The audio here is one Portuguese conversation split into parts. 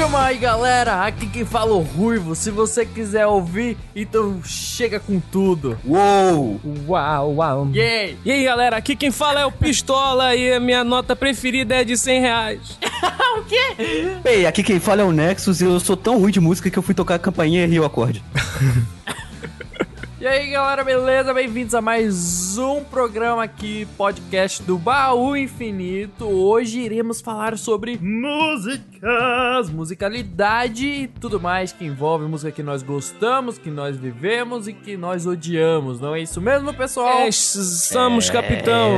Chama aí, galera, aqui quem fala é o Ruivo. Se você quiser ouvir, então chega com tudo. Uou! Uau, uau. Yeah. E aí, galera, aqui quem fala é o Pistola e a minha nota preferida é de R$100. O quê? Ei, aqui quem fala é o Nexus e eu sou tão ruim de música que eu fui tocar a campainha e errei o acorde. E aí, galera, beleza? Bem-vindos a mais um programa aqui, podcast do Baú Infinito. Hoje iremos falar sobre músicas, musicalidade e tudo mais que envolve música que nós gostamos, que nós vivemos e que nós odiamos. Não é isso mesmo, pessoal? Estamos, capitão.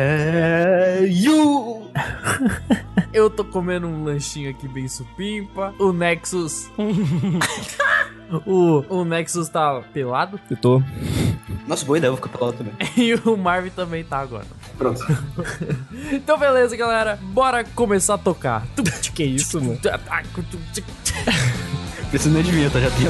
Eu tô comendo um lanchinho aqui bem supimpa. O Nexus... O Nexus tá pelado. Eu tô. Nossa, boa ideia, eu vou ficar pelado também. E o Marvin também tá agora. Pronto. Então beleza, galera. Bora começar a tocar. Que isso, mano? Preciso nem adivinhar, tá? Já tem.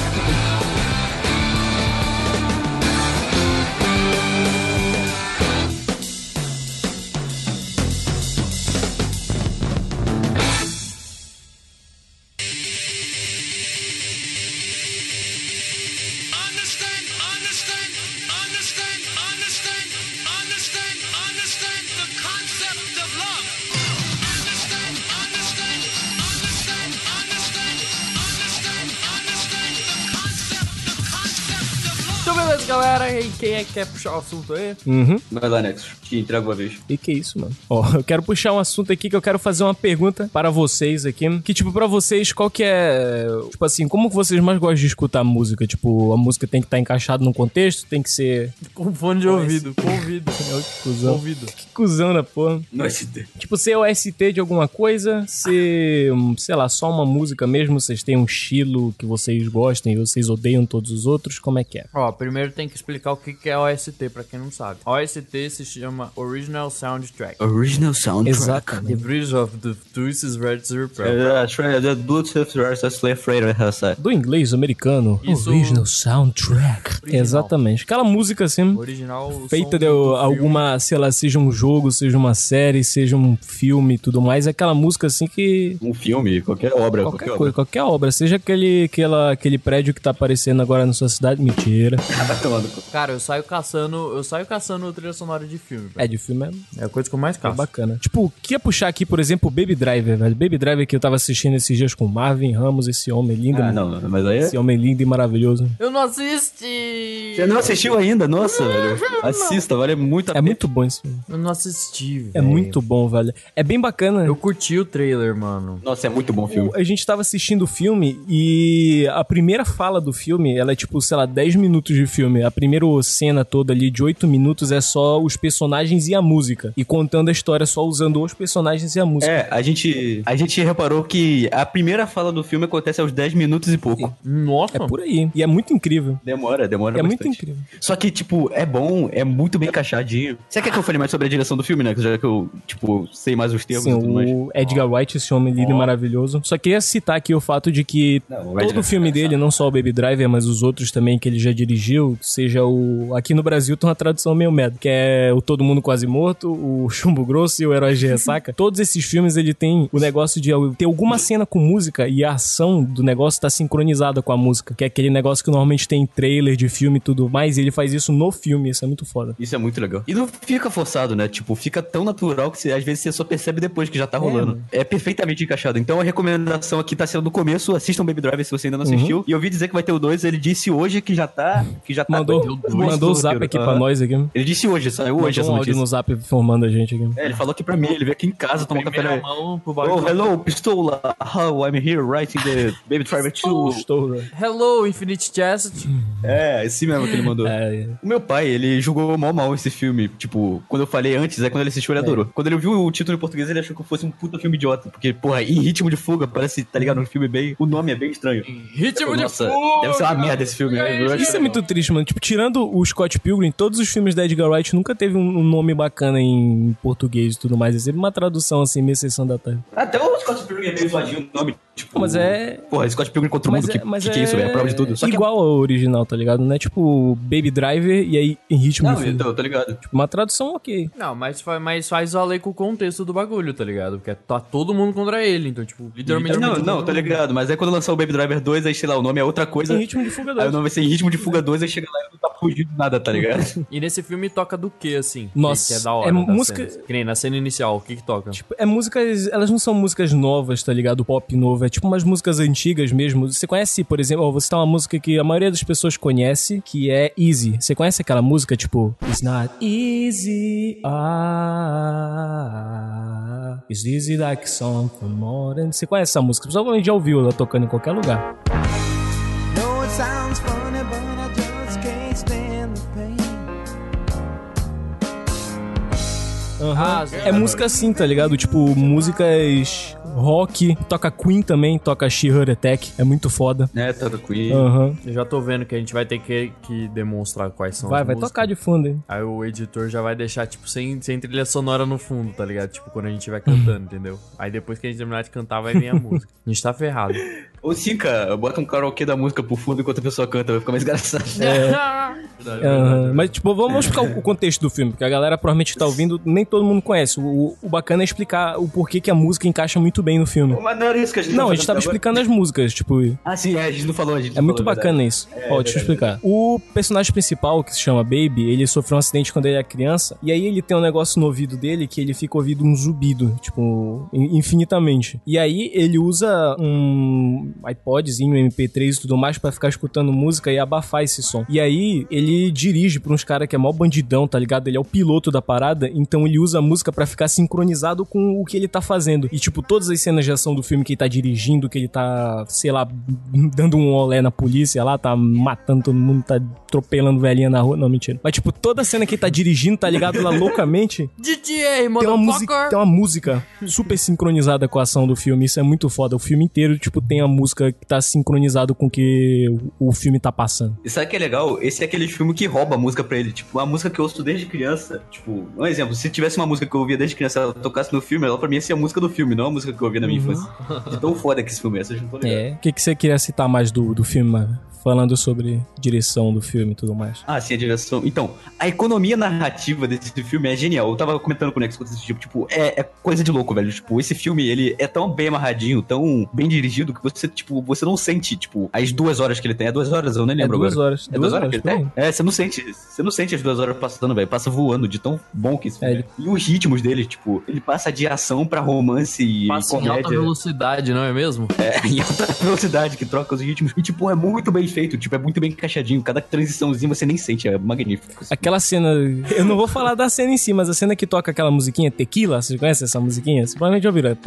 Então beleza, galera. E quem é que quer puxar o assunto aí? Vai lá, Nexus. Te entrego uma vez. E que isso, mano? Ó, eu quero puxar um assunto aqui que eu quero fazer uma pergunta para vocês aqui. Que, tipo, pra vocês, qual que é... Tipo assim, como que vocês mais gostam de escutar música? Tipo, a música tem que estar encaixada num contexto? Tem que ser... Com fone de ouvido. Com ouvido. Que cuzão. Ouvido. Que cuzão da porra. No ST. Tipo, ser OST de alguma coisa, ser, sei lá, só uma música mesmo, vocês têm um estilo que vocês gostam e vocês odeiam todos os outros, como é que é? Ó, primeiro tem que explicar o que é OST pra quem não sabe. OST se chama Original Soundtrack. Original Soundtrack. Exatamente. The Bridge of the Twisted Red Zero. The Bluetooth versus afraid of her. Do inglês americano, Isso. Original Soundtrack. Original. Exatamente. Aquela música assim, Original. feita som de do alguma, sei lá, seja um jogo, seja uma série, seja um filme e tudo mais, é aquela música assim que... Um filme, qualquer obra. Qualquer coisa, qualquer obra, seja aquele prédio que tá aparecendo agora na sua cidade, mentira. Vai tomando. filme. Cara, eu saio caçando trilha sonora de filme, velho. É de filme, É a coisa que eu mais é caço. bacana. Tipo, queria puxar aqui, por exemplo, o Baby Driver, velho. Baby Driver que eu tava assistindo esses dias com o Marvin Ramos, esse homem lindo. Ah, não, mas aí Esse homem lindo e maravilhoso. Eu não assisti! Você não assistiu ainda? Nossa, velho. Assista, vale muito a É pena. muito bom esse filme. Eu não assisti, velho. É muito bom, velho. É bem bacana. Eu curti o trailer, mano. Nossa, é muito bom o filme. A gente tava assistindo o filme e a primeira fala do filme, ela é tipo, sei lá, 10 minutos de filme. A primeira cena toda ali de 8 minutos é só os personagens e a música. E contando a história só usando os personagens e a música. É, a gente reparou que a primeira fala do filme acontece aos 10 minutos e pouco. Nossa! É por aí. E é muito incrível. Demora É bastante. muito incrível. Só que, tipo, é bom, é muito bem encaixadinho. Você quer que eu fale mais sobre a direção do filme, né? Já que eu, tipo, sei mais os termos Sim, e tudo mais. o Edgar Wright, esse homem lindo e maravilhoso. Só queria citar aqui o fato de que Não, todo o filme dele, não só o Baby Driver, mas os outros também que ele já dirigiu, seja o... Aqui no Brasil tem uma tradução meio merda, que é o Todo Mundo Quase Morto, o Chumbo Grosso e o Herói de Ressaca. Todos esses filmes, ele tem o negócio de ter alguma cena com música e a ação do negócio tá sincronizada com a música, que é aquele negócio que normalmente tem trailer de filme e tudo mais, e ele faz isso no filme, isso é muito foda. Isso é muito legal. E não fica forçado, né? Tipo, fica tão natural que às vezes você só percebe depois que já tá rolando. mano. É perfeitamente encaixado. Então a recomendação aqui tá sendo do começo, assistam Baby Driver se você ainda não assistiu. E eu ouvi dizer que vai ter o 2, ele disse hoje que já tá... Mandou o zap aqui pra nós aqui. Ele disse hoje, saiu hoje essa Mandou um áudio notícia. no zap informando a gente aqui. É, ele falou aqui pra mim, ele veio aqui em casa tomar café da mão pro Oh, hello, Pistola. How I'm here writing the Baby Driver 2. Estou, velho. Hello, Infinite Chastity. É, esse mesmo que ele mandou. É. O meu pai, ele julgou mal esse filme. Tipo, quando eu falei antes, quando ele assistiu, ele adorou. Quando ele viu o título em português, ele achou que fosse um puta filme idiota. Porque, porra, Em Ritmo de Fuga, parece, tá ligado? Um filme bem... O nome é bem estranho. Ritmo de Nossa, fuga. deve ser uma merda esse filme. Né? Eu acho Isso é muito triste, mano. Tipo, tirando o Scott Pilgrim, todos os filmes da Edgar Wright nunca teve um nome bacana em português e tudo mais. É sempre uma tradução, assim, meio Sessão da Tarde. Até o Scott Pilgrim é meio zoadinho o nome. Tipo, mas é... Porra, Scott Pilgrim contra o mundo, que é isso, velho? É a prova de tudo. Só igual ao original, tá ligado? Não é tipo Baby Driver e aí em ritmo de fuga. Não, tô ligado. Tipo, uma tradução ok. Não, mas faz valer com o contexto do bagulho, tá ligado? Porque tá todo mundo contra ele, então, tipo, literalmente... Não, tô ligado, mas aí quando lançar o Baby Driver 2, aí, sei lá, o nome é outra coisa. Em ritmo de fuga 2. Aí o nome vai ser Em Ritmo de Fuga 2, aí chega lá e não tá fugindo nada, tá ligado? E nesse filme toca do que, assim? Nossa, que é da hora. é música... Que nem na cena inicial, o que toca? Tipo, é músicas... Elas não são músicas novas, tá ligado? Pop novo. É tipo umas músicas antigas mesmo. Você conhece, por exemplo... Você tá uma música que a maioria das pessoas conhece, que é Easy. Você conhece aquela música, tipo... It's not easy, it's easy like something more than... Você conhece essa música? Provavelmente já ouviu ela tocando em qualquer lugar. No, it sounds funny, but I just can't stand the pain. É música assim, tá ligado? Tipo, músicas rock, toca Queen também, toca She Heart Attack, é muito foda. É, toca Queen. Eu já tô vendo que a gente vai ter que demonstrar quais são vai as músicas. Tocar de fundo, hein? Aí o editor já vai deixar, tipo, sem trilha sonora no fundo, tá ligado? Tipo, quando a gente vai cantando, entendeu? Aí depois que a gente terminar de cantar, vai vir a música. A gente tá ferrado. Ou sim, cara, bota um karaokê da música pro fundo enquanto a pessoa canta, vai ficar mais engraçado. Verdade. Mas, tipo, vamos explicar o contexto do filme, porque a galera provavelmente tá ouvindo, nem todo mundo conhece. O bacana é explicar o porquê que a música encaixa muito bem no filme. Mas não era isso que a gente Não, a gente tava explicando as músicas, tipo... Ah, sim, a gente não falou, É muito bacana isso. Ó, deixa eu explicar. O personagem principal, que se chama Baby, ele sofreu um acidente quando ele era criança, e aí ele tem um negócio no ouvido dele que ele fica ouvindo um zumbido, tipo, infinitamente. E aí ele usa um iPodzinho, MP3 e tudo mais pra ficar escutando música e abafar esse som. E aí ele dirige pra uns caras que é mó bandidão, tá ligado? Ele é o piloto da parada, então ele usa a música pra ficar sincronizado com o que ele tá fazendo. E tipo, todas as cenas de ação do filme que ele tá dirigindo, que ele tá, sei lá, dando um olé na polícia lá, tá matando todo mundo, tá atropelando velhinha na rua. Não, mentira. Mas tipo, toda cena que ele tá dirigindo, tá ligado lá loucamente, DJ, tem uma música super sincronizada com a ação do filme. Isso é muito foda. O filme inteiro, tipo, tem a música que tá sincronizado com o que o filme tá passando. E sabe o que é legal? Esse é aquele filme que rouba a música pra ele. Tipo, uma música que eu ouço desde criança. Tipo, um exemplo, se tivesse uma música que eu ouvia desde criança, ela tocasse no filme, ela pra mim ia ser a música do filme, não a música que eu ouvia na minha infância. De tão foda que esse filme é, vocês não estão ligados. O que você queria citar mais do filme, mano? Falando sobre direção do filme e tudo mais. Ah, sim, a direção. Então, a economia narrativa desse filme é genial. Eu tava comentando com o Nex quando esse tipo, é coisa de louco, velho. Tipo, esse filme, ele é tão bem amarradinho, tão bem dirigido, que você, tipo, você não sente, tipo, as 2 horas que ele tem. É 2 horas, eu nem lembro agora. 2 horas. É 2 horas que ele tem? Você não sente as 2 horas passando, velho. Passa voando de tão bom que esse filme é. E os ritmos dele, tipo, ele passa de ação pra romance e passa comédia. Em alta velocidade, não é mesmo? Em alta velocidade, que troca os ritmos. E, tipo, é muito bem feito, tipo, é muito bem encaixadinho. Cada transiçãozinha você nem sente, é magnífico. Aquela cena, eu não vou falar da cena em si, mas a cena que toca aquela musiquinha Tequila, vocês conhecem essa musiquinha? Você provavelmente já ouviram.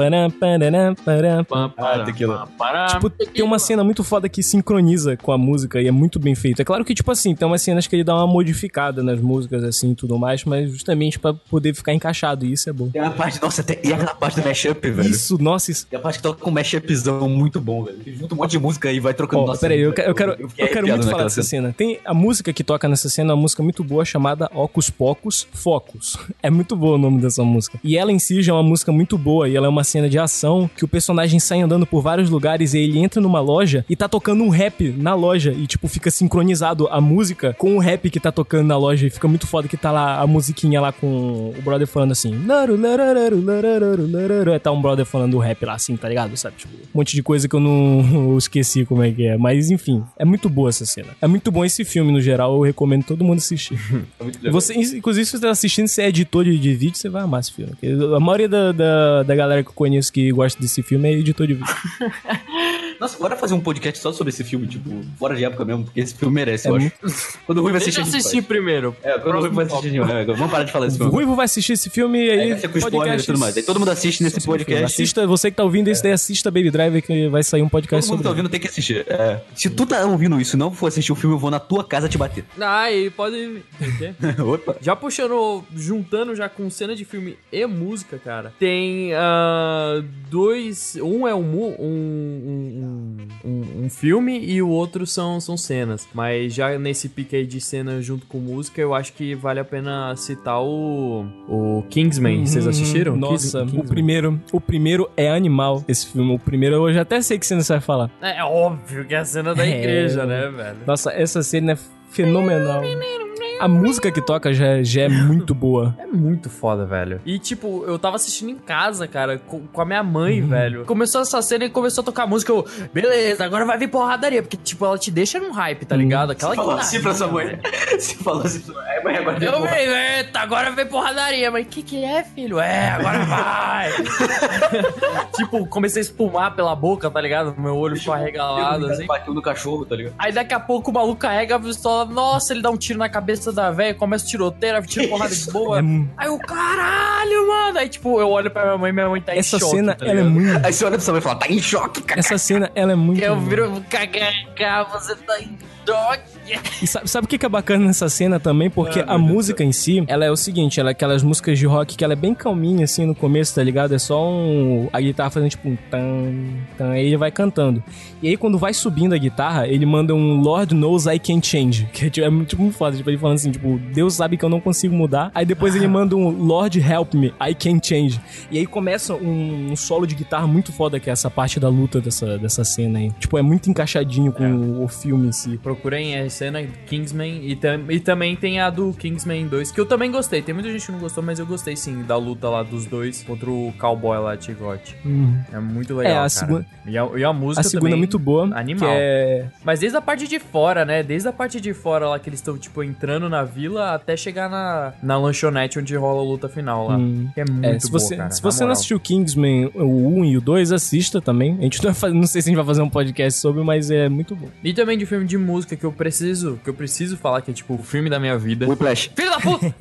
Tequila. Tipo, tem uma cena muito foda que sincroniza com a música e é muito bem feito. É claro que, tipo assim, tem umas cenas que ele dá uma modificada nas músicas, assim, e tudo mais, mas justamente pra poder ficar encaixado, e isso é bom. Tem a parte, nossa, e aquela parte do mashup, velho. Isso, nossa, isso. Tem a parte que toca com um mashupzão muito bom, velho. Junta um monte de música e vai trocando. Nossa, peraí, eu quero muito falar dessa cena. Tem a música que toca nessa cena, é uma música muito boa chamada Ocus Pocus Focus. É muito boa o nome dessa música. E ela em si já é uma música muito boa, e ela é uma cena de ação que o personagem sai andando por vários lugares e ele entra numa loja e tá tocando um rap na loja e, tipo, fica sincronizado a música com o rap que tá tocando na loja e fica muito foda que tá lá a musiquinha lá com o brother falando assim. Tá um brother falando o rap lá assim, tá ligado? Sabe? Tipo, um monte de coisa que eu não esqueci como é que é. Mas, enfim, é muito boa essa cena. É muito bom esse filme, no geral, eu recomendo todo mundo assistir. Você, inclusive, se você tá assistindo, se é editor de vídeo, você vai amar esse filme. Porque a maioria da galera que eu conheço que gosta desse filme é editor de vídeo. Nossa, bora fazer um podcast só sobre esse filme, tipo, fora de época mesmo, porque esse filme merece, eu acho. Quando o Ruivo assistir, Deixa eu assistir primeiro. Quando o Ruivo vai assistir, vamos parar de falar desse filme. O Ruivo vai assistir esse filme e aí... Vai ser com spoiler e tudo mais. Aí todo mundo assiste nesse podcast. Assista, você que tá ouvindo isso daí, assista Baby Driver, que vai sair um podcast sobre. Todo mundo tá ouvindo, tem que assistir. Se tu tá ouvindo isso e não for assistir o filme, eu vou na tua casa te bater. Aí pode... Opa. Já juntando já com cena de filme e música, cara, tem dois... Um é um um filme e o outro são cenas. Mas já nesse pique aí de cena junto com música, eu acho que vale a pena citar o Kingsman. Vocês assistiram? Nossa, o primeiro é animal, esse filme. O primeiro eu já até sei que cena você vai falar. É óbvio que é a cena da igreja, né, velho? Nossa, essa cena é fenomenal. A música que toca já é muito boa. É muito foda, velho. E, tipo, eu tava assistindo em casa, cara, com a minha mãe, velho. Começou essa cena e começou a tocar música. Eu, beleza, agora vai vir porradaria. Porque, tipo, ela te deixa num hype, tá ligado? Aquela Você falou assim pra sua mãe. Você falou assim pra sua mãe. Mãe, agora eu falei, eita, agora vem porradaria. Mas que é, filho? Agora vai. Tipo, comecei a espumar pela boca, tá ligado? Meu olho ficou arregalado, assim. Bateu no cachorro, tá ligado? Aí daqui a pouco o maluco carrega a pistola. Nossa, ele dá um tiro na cabeça da velha, começa tiroteira, tira porrada de boa. Aí o caralho, mano. Aí, tipo, eu olho pra minha mãe tá essa em choque. Cena, tá ela é muito... Aí você olha pra sua mãe e fala, tá em choque, cara. Essa cena, ela é muito... Eu viro kkk, você tá em choque. E sabe o que é bacana nessa cena também? Porque a música em si, ela é o seguinte, ela é aquelas músicas de rock que ela é bem calminha, assim, no começo, tá ligado? É só a guitarra fazendo tipo um tan, aí ele vai cantando. E aí quando vai subindo a guitarra, ele manda um Lord Knows I Can't Change, que é muito foda, tipo, ele falando assim, tipo, Deus sabe que eu não consigo mudar. Aí depois ele manda um Lord Help Me, I Can't Change. E aí começa um solo de guitarra muito foda, que é essa parte da luta dessa cena aí. Tipo, é muito encaixadinho com o filme em si. Procurem a cena Kingsman e também tem a do Kingsman 2, que eu também gostei. Tem muita gente que não gostou, mas eu gostei sim da luta lá dos dois contra o cowboy lá, Chicote. É muito legal, cara. E a música a segunda também, é muito boa. Animal. Mas desde a parte de fora, né? Desde a parte de fora lá que eles estão, tipo, entrando na vila até chegar na lanchonete onde rola a luta final lá. Que é muito boa, cara. Se você não assistiu Kingsman, o 1 e o 2, assista também. A gente não sei se a gente vai fazer um podcast sobre, mas é muito bom. E também de filme de música que eu preciso falar, que é tipo o filme da minha vida. Whiplash. Filho da puta!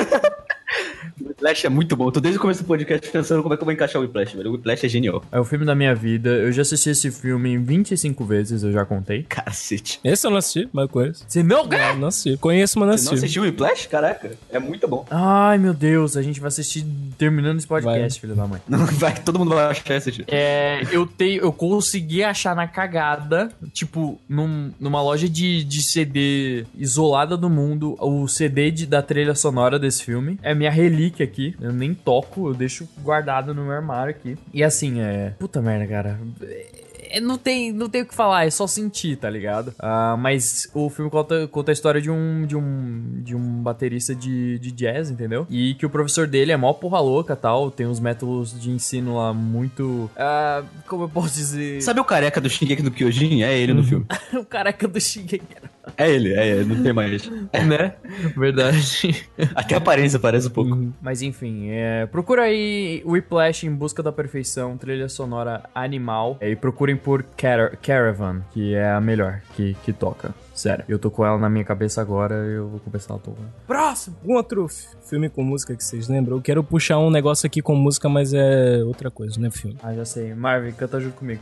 O Whiplash é muito bom. Eu tô desde o começo do podcast pensando como é que eu vou encaixar o Whiplash, velho. O Whiplash é genial. É o filme da minha vida. Eu já assisti esse filme 25 vezes, eu já contei. Cacete. Esse eu não assisti, mas eu conheço. Você não? Não assisti. Conheço, mas não assisti. Você não assistiu o Whiplash? Caraca, é muito bom. Ai, meu Deus, a gente vai assistir terminando esse podcast, filho da mãe. Não, vai, todo mundo vai achar e assistir. Eu consegui achar na cagada, tipo, numa loja de CD isolada do mundo, o CD da trilha sonora desse filme. É minha relíquia aqui. Eu nem toco, eu deixo guardado no meu armário aqui. E assim, puta merda, cara. Não tem o que falar, é só sentir, tá ligado? Mas o filme conta a história de um baterista de jazz, entendeu? E que o professor dele é mó porra louca e tal, tem uns métodos de ensino lá muito... como eu posso dizer? Sabe o careca do Shingeki no Kyojin? É ele no filme. O careca do Shingeki. É ele, não tem mais. Né? Verdade. Até a aparência parece um pouco. Mas enfim, procura aí Whiplash em Busca da Perfeição, trilha sonora animal. E procurem por Caravan, que é a melhor que toca. Sério, eu tô com ela na minha cabeça agora, eu vou começar a tocar. Próximo! Um outro filme com música que vocês lembram? Eu quero puxar um negócio aqui com música, mas é outra coisa, né, filme? Já sei. Marvin, canta junto comigo.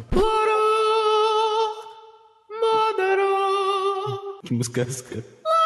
Que música é essa, cara?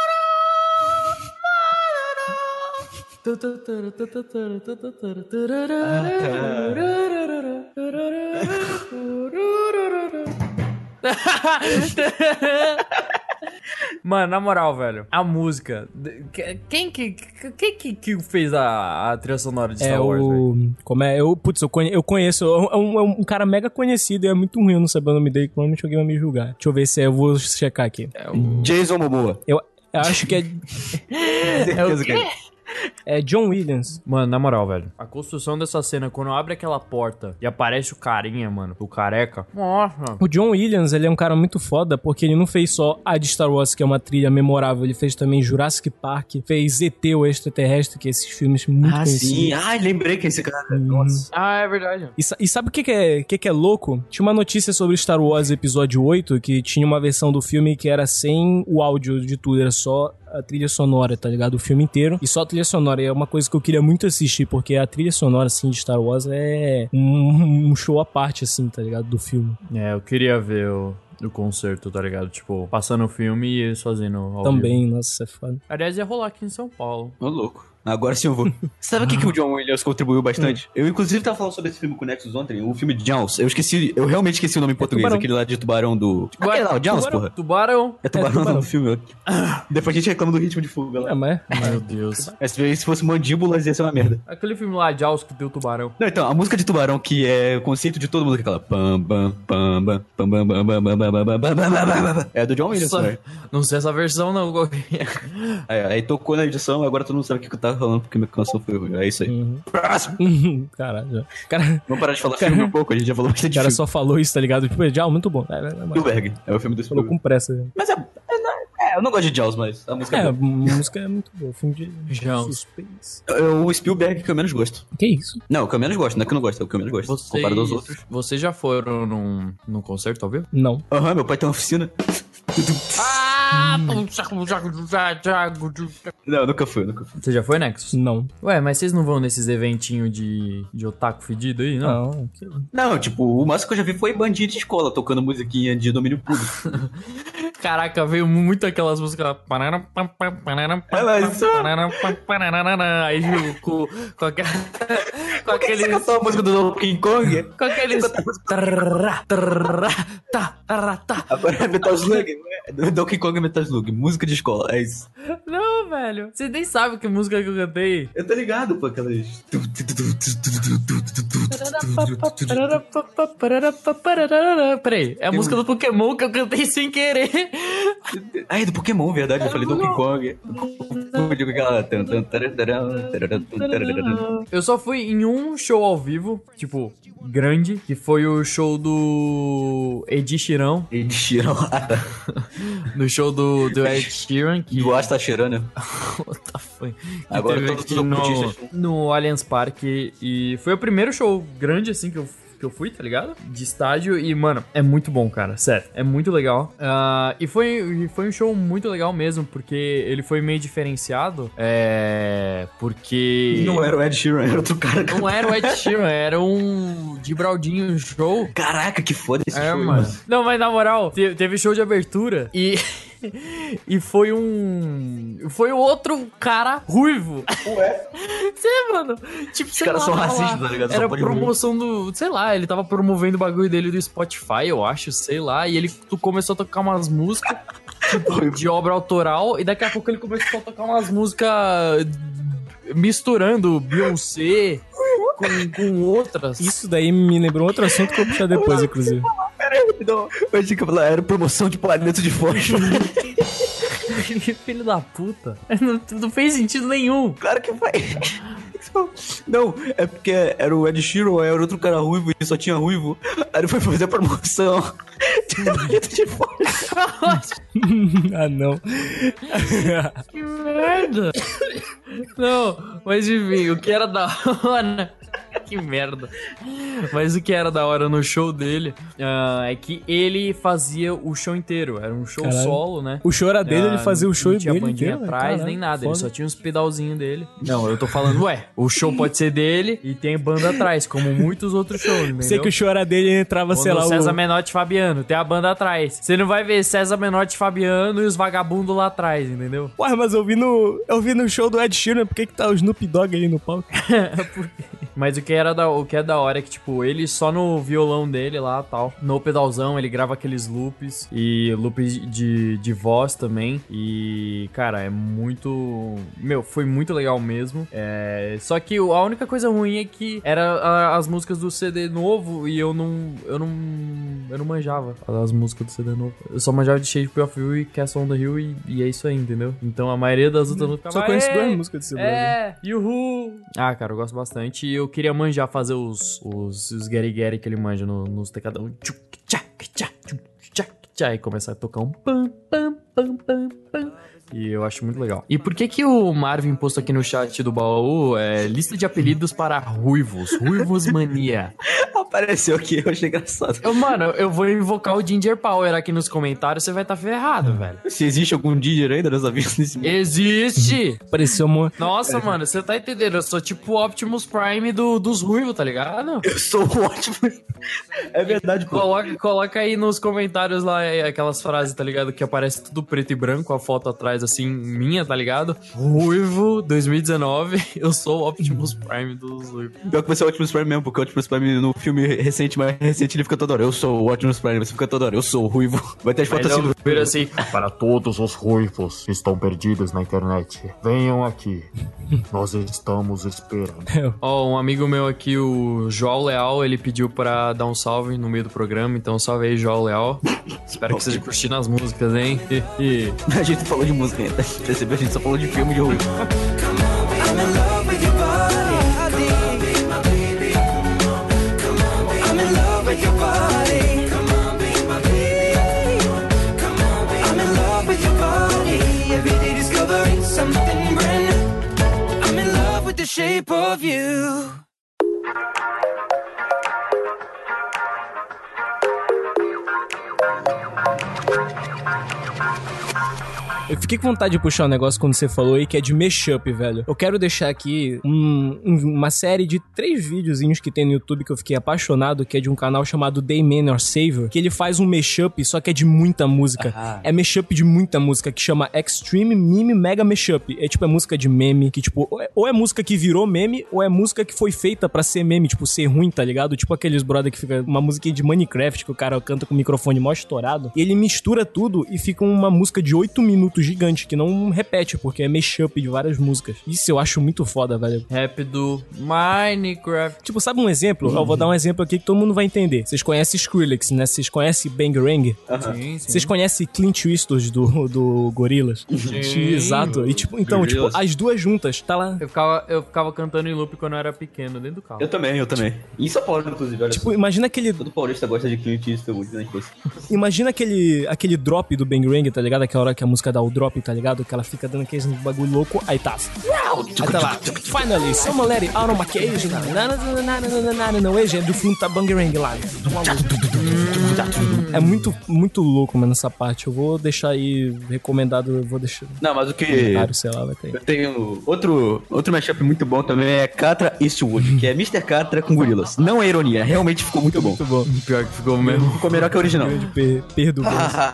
Mano, na moral, velho, a música. Quem que fez a trilha sonora de Star Wars, velho? Como é? Eu conheço. É um cara mega conhecido e é muito ruim eu não saber o nome dele, provavelmente alguém vai me julgar. Deixa eu ver se eu vou checar aqui. Jason Momoa. Eu acho que é. Certeza que é. É John Williams. Mano, na moral, velho. A construção dessa cena, quando abre aquela porta e aparece o carinha, mano, o careca. Nossa. O John Williams, ele é um cara muito foda, porque ele não fez só a de Star Wars, que é uma trilha memorável. Ele fez também Jurassic Park, fez ET, o Extraterrestre, que é esses filmes muito conhecidos. Sim. Lembrei que é esse cara. Nossa. É verdade. E sabe o que é louco? Tinha uma notícia sobre Star Wars Episódio 8, que tinha uma versão do filme que era sem o áudio de tudo, era só a trilha sonora, tá ligado? O filme inteiro. E só a trilha sonora. E é uma coisa que eu queria muito assistir, porque a trilha sonora, assim, de Star Wars é um show à parte, assim, tá ligado? Do filme. Eu queria ver o concerto, tá ligado? Tipo, passando o filme e eles fazendo ao também, vivo. Nossa, é foda. Aliás, ia rolar aqui em São Paulo. Ô, louco. Agora sim eu vou. Sabe o que o John Williams contribuiu bastante? Eu, inclusive, tava falando sobre esse filme com o Nexus ontem, o filme Jaws. Eu realmente esqueci o nome em português, tubarão. aquele lá de tubarão do... Aquele lá, o Jaws, porra. Tubarão. É tubarão tubarão. no filme. Depois a gente reclama do ritmo de fuga lá. Mas... Meu Deus. Mas se fosse mandíbulas, ia ser uma merda. Aquele filme lá, Jaws, que tem o tubarão. Não, então, a música de tubarão, que é o conceito de todo mundo, que é aquela... Pam, pam, pam, pam, pam, pam, pam, pam, pam, pam, pam, pam, pam, pam. É do John Williams, né? Não sei essa versão, não. Aí tocou na edição, agora todo mundo sabe o que eu tava falando, porque minha canção foi ruim. É isso aí. Próximo! Caralho, já. Cara, Vamos parar de falar filme um pouco, a gente já falou bastante o cara de só falou isso, tá ligado? Tipo, Jaws, muito bom. Spielberg. É o filme do Falou Spielberg. com pressa. Mas eu não gosto de Jaws, mas a música é A boa. música é muito boa. Filme de Jaws. suspense. É o Spielberg que eu menos gosto. Que isso? Não, o que eu menos gosto, não é que eu não gosto, é o que eu menos gosto. Comparado aos outros. Vocês já foram num concerto, ao vivo? Não. Aham, meu pai tem uma oficina. Não, nunca fui. Você já foi, Nexus? Não. Ué, mas vocês não vão nesses eventinhos de otaku fedido aí, não? Não. Não, tipo, o máximo que eu já vi foi bandido de escola tocando musiquinha de domínio público. Caraca, veio muito aquelas músicas. Aí com aqueles. Você cantou a música do King Kong? Com aqueles. Agora é Metal Slug, né? Donkey Kong é Metal Slug, música de escola, é isso. Não, velho. Você nem sabe que música que eu cantei. Eu tô ligado, pô, aquelas... Peraí, é a música do Pokémon que eu cantei sem querer. Ah, é do Pokémon, verdade, eu falei Donkey Kong. Confundi com aquela... Eu só fui em um show ao vivo, tipo, grande, que foi o show do Ed Sheeran. Ed Sheeran. No show do Ed Sheeran, que... Do Asta Sheeran. What the fuck? Agora teve todos aqui os ocultistas. no Allianz Parque. E foi o primeiro show grande, assim, que eu fui, tá ligado? De estádio. E, mano, é muito bom, cara. Sério, é muito legal. E foi um show muito legal mesmo, porque ele foi meio diferenciado. Porque... Não era o Ed Sheeran, era outro cara. Não era o Ed Sheeran, era um de Braldinho show. Caraca, que foda esse show, mano. Não, mas na moral, teve show de abertura e... E foi o outro cara ruivo. Ué? Sei, mano. Tipo, os caras são racistas, tá ligado? Era promoção do... Sei lá, ele tava promovendo o bagulho dele do Spotify, eu acho, sei lá. E ele começou a tocar umas músicas tipo, de obra autoral. E daqui a pouco ele começou a tocar umas músicas misturando Beyoncé com outras. Isso daí me lembrou outro assunto que eu vou puxar depois, inclusive. Peraí, rapidão. Eu achei que era promoção de planeta de fósforo. Filho da puta. Não fez sentido nenhum. Claro que faz. Não, é porque era o Ed Sheeran, era outro cara ruivo e só tinha ruivo. Aí ele foi fazer a promoção de planeta de fósforo. Ah, não. Que merda. Não, mas enfim, o que era da hora... Que merda. Mas o que era da hora no show dele é que ele fazia o show inteiro. Era um show solo, né? O show era dele, ele fazia o show dele. Não tinha dele bandinha inteiro, atrás, nem nada. Ele só tinha uns pedalzinhos dele. Não, eu tô falando, o show pode ser dele e tem banda atrás, como muitos outros shows, entendeu? Sei que o show era dele e entrava, sei lá, César Menotti e Fabiano, tem a banda atrás. Você não vai ver César Menotti e Fabiano e os vagabundos lá atrás, entendeu? Ué, mas eu vi no show do Ed Sheeran, por que tá o Snoop Dogg ali no palco? Mas o que é da hora é que, tipo, ele só no violão dele lá, tal, no pedalzão, ele grava aqueles loops e loops de voz também. E, cara, é muito... foi muito legal mesmo. Só que a única coisa ruim é que era as músicas do CD novo e eu não manjava as músicas do CD novo. Eu só manjava de Shape of You e Castle on the Hill e é isso aí, entendeu? Então a maioria das outras músicas... Só conheço duas músicas desse blog. Yuhu! Ah, cara, eu gosto bastante e eu queria manjar fazer os Gary que ele manja nos tecladão. E começar a tocar um pam, pam, pam, pam, pam. E eu acho muito legal. E por que o Marvin postou aqui no chat do baú lista de apelidos para ruivos? Ruivos mania. apareceu aqui, eu achei engraçado. Mano, eu vou invocar o Ginger Power aqui nos comentários, você vai estar ferrado, velho. Se existe algum Ginger ainda nessa vida nesse mundo. Existe! Pareceu uma... Nossa, mano, você tá entendendo? Eu sou tipo o Optimus Prime dos ruivos, tá ligado? Eu sou ótimo. É verdade, pô. Coloca aí nos comentários lá aquelas frases, tá ligado? Que aparece tudo preto e branco, a foto atrás, assim, minha, tá ligado? Ruivo 2019, eu sou o Optimus Prime dos ruivos. Pior que você é o Optimus Prime mesmo, porque o Optimus Prime no filme mais recente ele fica toda hora. Eu sou o Optimus Prime, você fica toda hora. Eu sou o ruivo. Vai ter as fotos assim do filme. Assim. Para todos os ruivos que estão perdidos na internet, venham aqui. Nós estamos esperando. Ó, um amigo meu aqui, o João Leal, ele pediu pra dar um salve no meio do programa, então salve aí, João Leal. Espero que esteja curtindo as músicas, hein? A gente falou de música ainda, percebeu? A gente só falou de filme de ruivo. The shape of you. Eu fiquei com vontade de puxar um negócio quando você falou aí, que é de mashup, velho. Eu quero deixar aqui uma série de 3 videozinhos que tem no YouTube que eu fiquei apaixonado, que é de um canal chamado Dayman or Saver, que ele faz um mashup, só que é de muita música. É mashup de muita música, que chama Extreme Meme Mega Mashup. É tipo, é música de meme, que tipo, ou é música que virou meme, ou é música que foi feita pra ser meme, tipo, ser ruim, tá ligado? Tipo aqueles brother que fica uma musiquinha de Minecraft, que o cara canta com o microfone mó estourado, e ele mistura tudo e fica uma música de 8 minutos gigante, que não repete, porque é mashup de várias músicas. Isso eu acho muito foda, velho. Rap do Minecraft. Tipo, sabe um exemplo? Eu vou dar um exemplo aqui que todo mundo vai entender. Vocês conhecem Skrillex, né? Vocês conhecem Bangarang? Sim. Vocês conhecem Clint Eastwood do Gorillaz? Sim. Exato. E tipo, então, tipo, as duas juntas, tá lá. Eu ficava cantando em loop quando eu era pequeno, dentro do carro. Eu também. Em São Paulo, inclusive, olha. Tipo, imagina aquele... Todo paulista gosta de Clint Eastwood, né? Imagina aquele drop do Bangarang, tá ligado? Aquela hora que a música dá o drop, tá ligado? Que ela fica dando aquele bagulho louco, aí tá. Aí tá lá. Finally, someone let it out on my cage. Não, é do fundo tá Bangarang lá. É muito, muito louco, mano, essa parte. Eu vou deixar aí recomendado, eu vou deixar. Não, mas o que... sei lá, vai ter. Eu tenho outro mashup muito bom também, é Catra Eastwood, que é Mr. Catra com Gorillaz. Não é ironia, realmente ficou muito bom. Muito bom. Pior que ficou mesmo. Ficou melhor que o original. Perdo.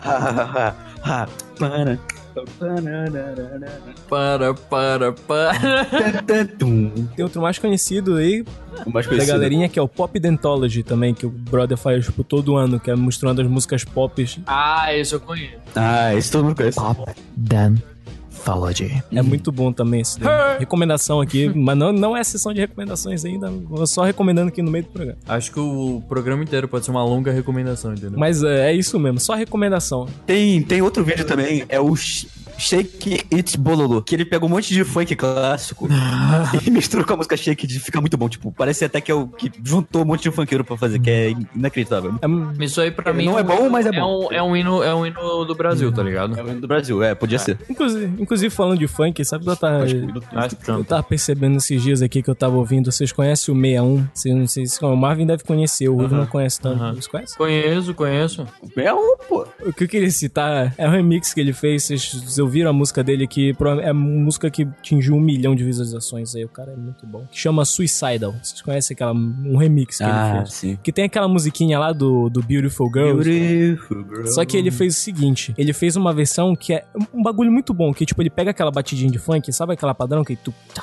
Tem outro mais conhecido aí da galerinha, que é o Pop Dentology também, que o brother faz tipo todo ano, que é mostrando as músicas pop. Esse eu conheço. Esse todo mundo conhece. Pop Dentology. É muito bom também esse daí. Recomendação aqui, mas não é sessão de recomendações ainda, vou só recomendando aqui no meio do programa. Acho que o programa inteiro pode ser uma longa recomendação, entendeu? Mas é isso mesmo, só recomendação. Tem outro vídeo também, é o Shake It Bololo, que ele pega um monte de funk clássico e mistura com a música Shake It, fica muito bom. Tipo, parece até que é o que juntou um monte de funkeiro pra fazer, que é inacreditável. Isso aí pra mim não é bom, mas é bom. É um hino do Brasil, tá ligado? É o hino do Brasil, podia ser. Inclusive falando de funk, sabe que eu tava percebendo esses dias aqui que eu tava ouvindo, vocês conhecem o 61? Não sei se o Marvin deve conhecer, o Ruivo não conhece tanto. Vocês conhecem? Conheço. 61, pô. O que eu queria citar é o remix que ele fez, vocês ouviram a música dele, que é uma música que atingiu 1 milhão de visualizações aí, o cara é muito bom. Que chama Suicidal. Vocês conhecem um remix que ele fez? Sim. Que tem aquela musiquinha lá do Beautiful Girls. Só que ele fez o seguinte, ele fez uma versão que é um bagulho muito bom, que tipo, ele pega aquela batidinha de funk, sabe aquela padrão que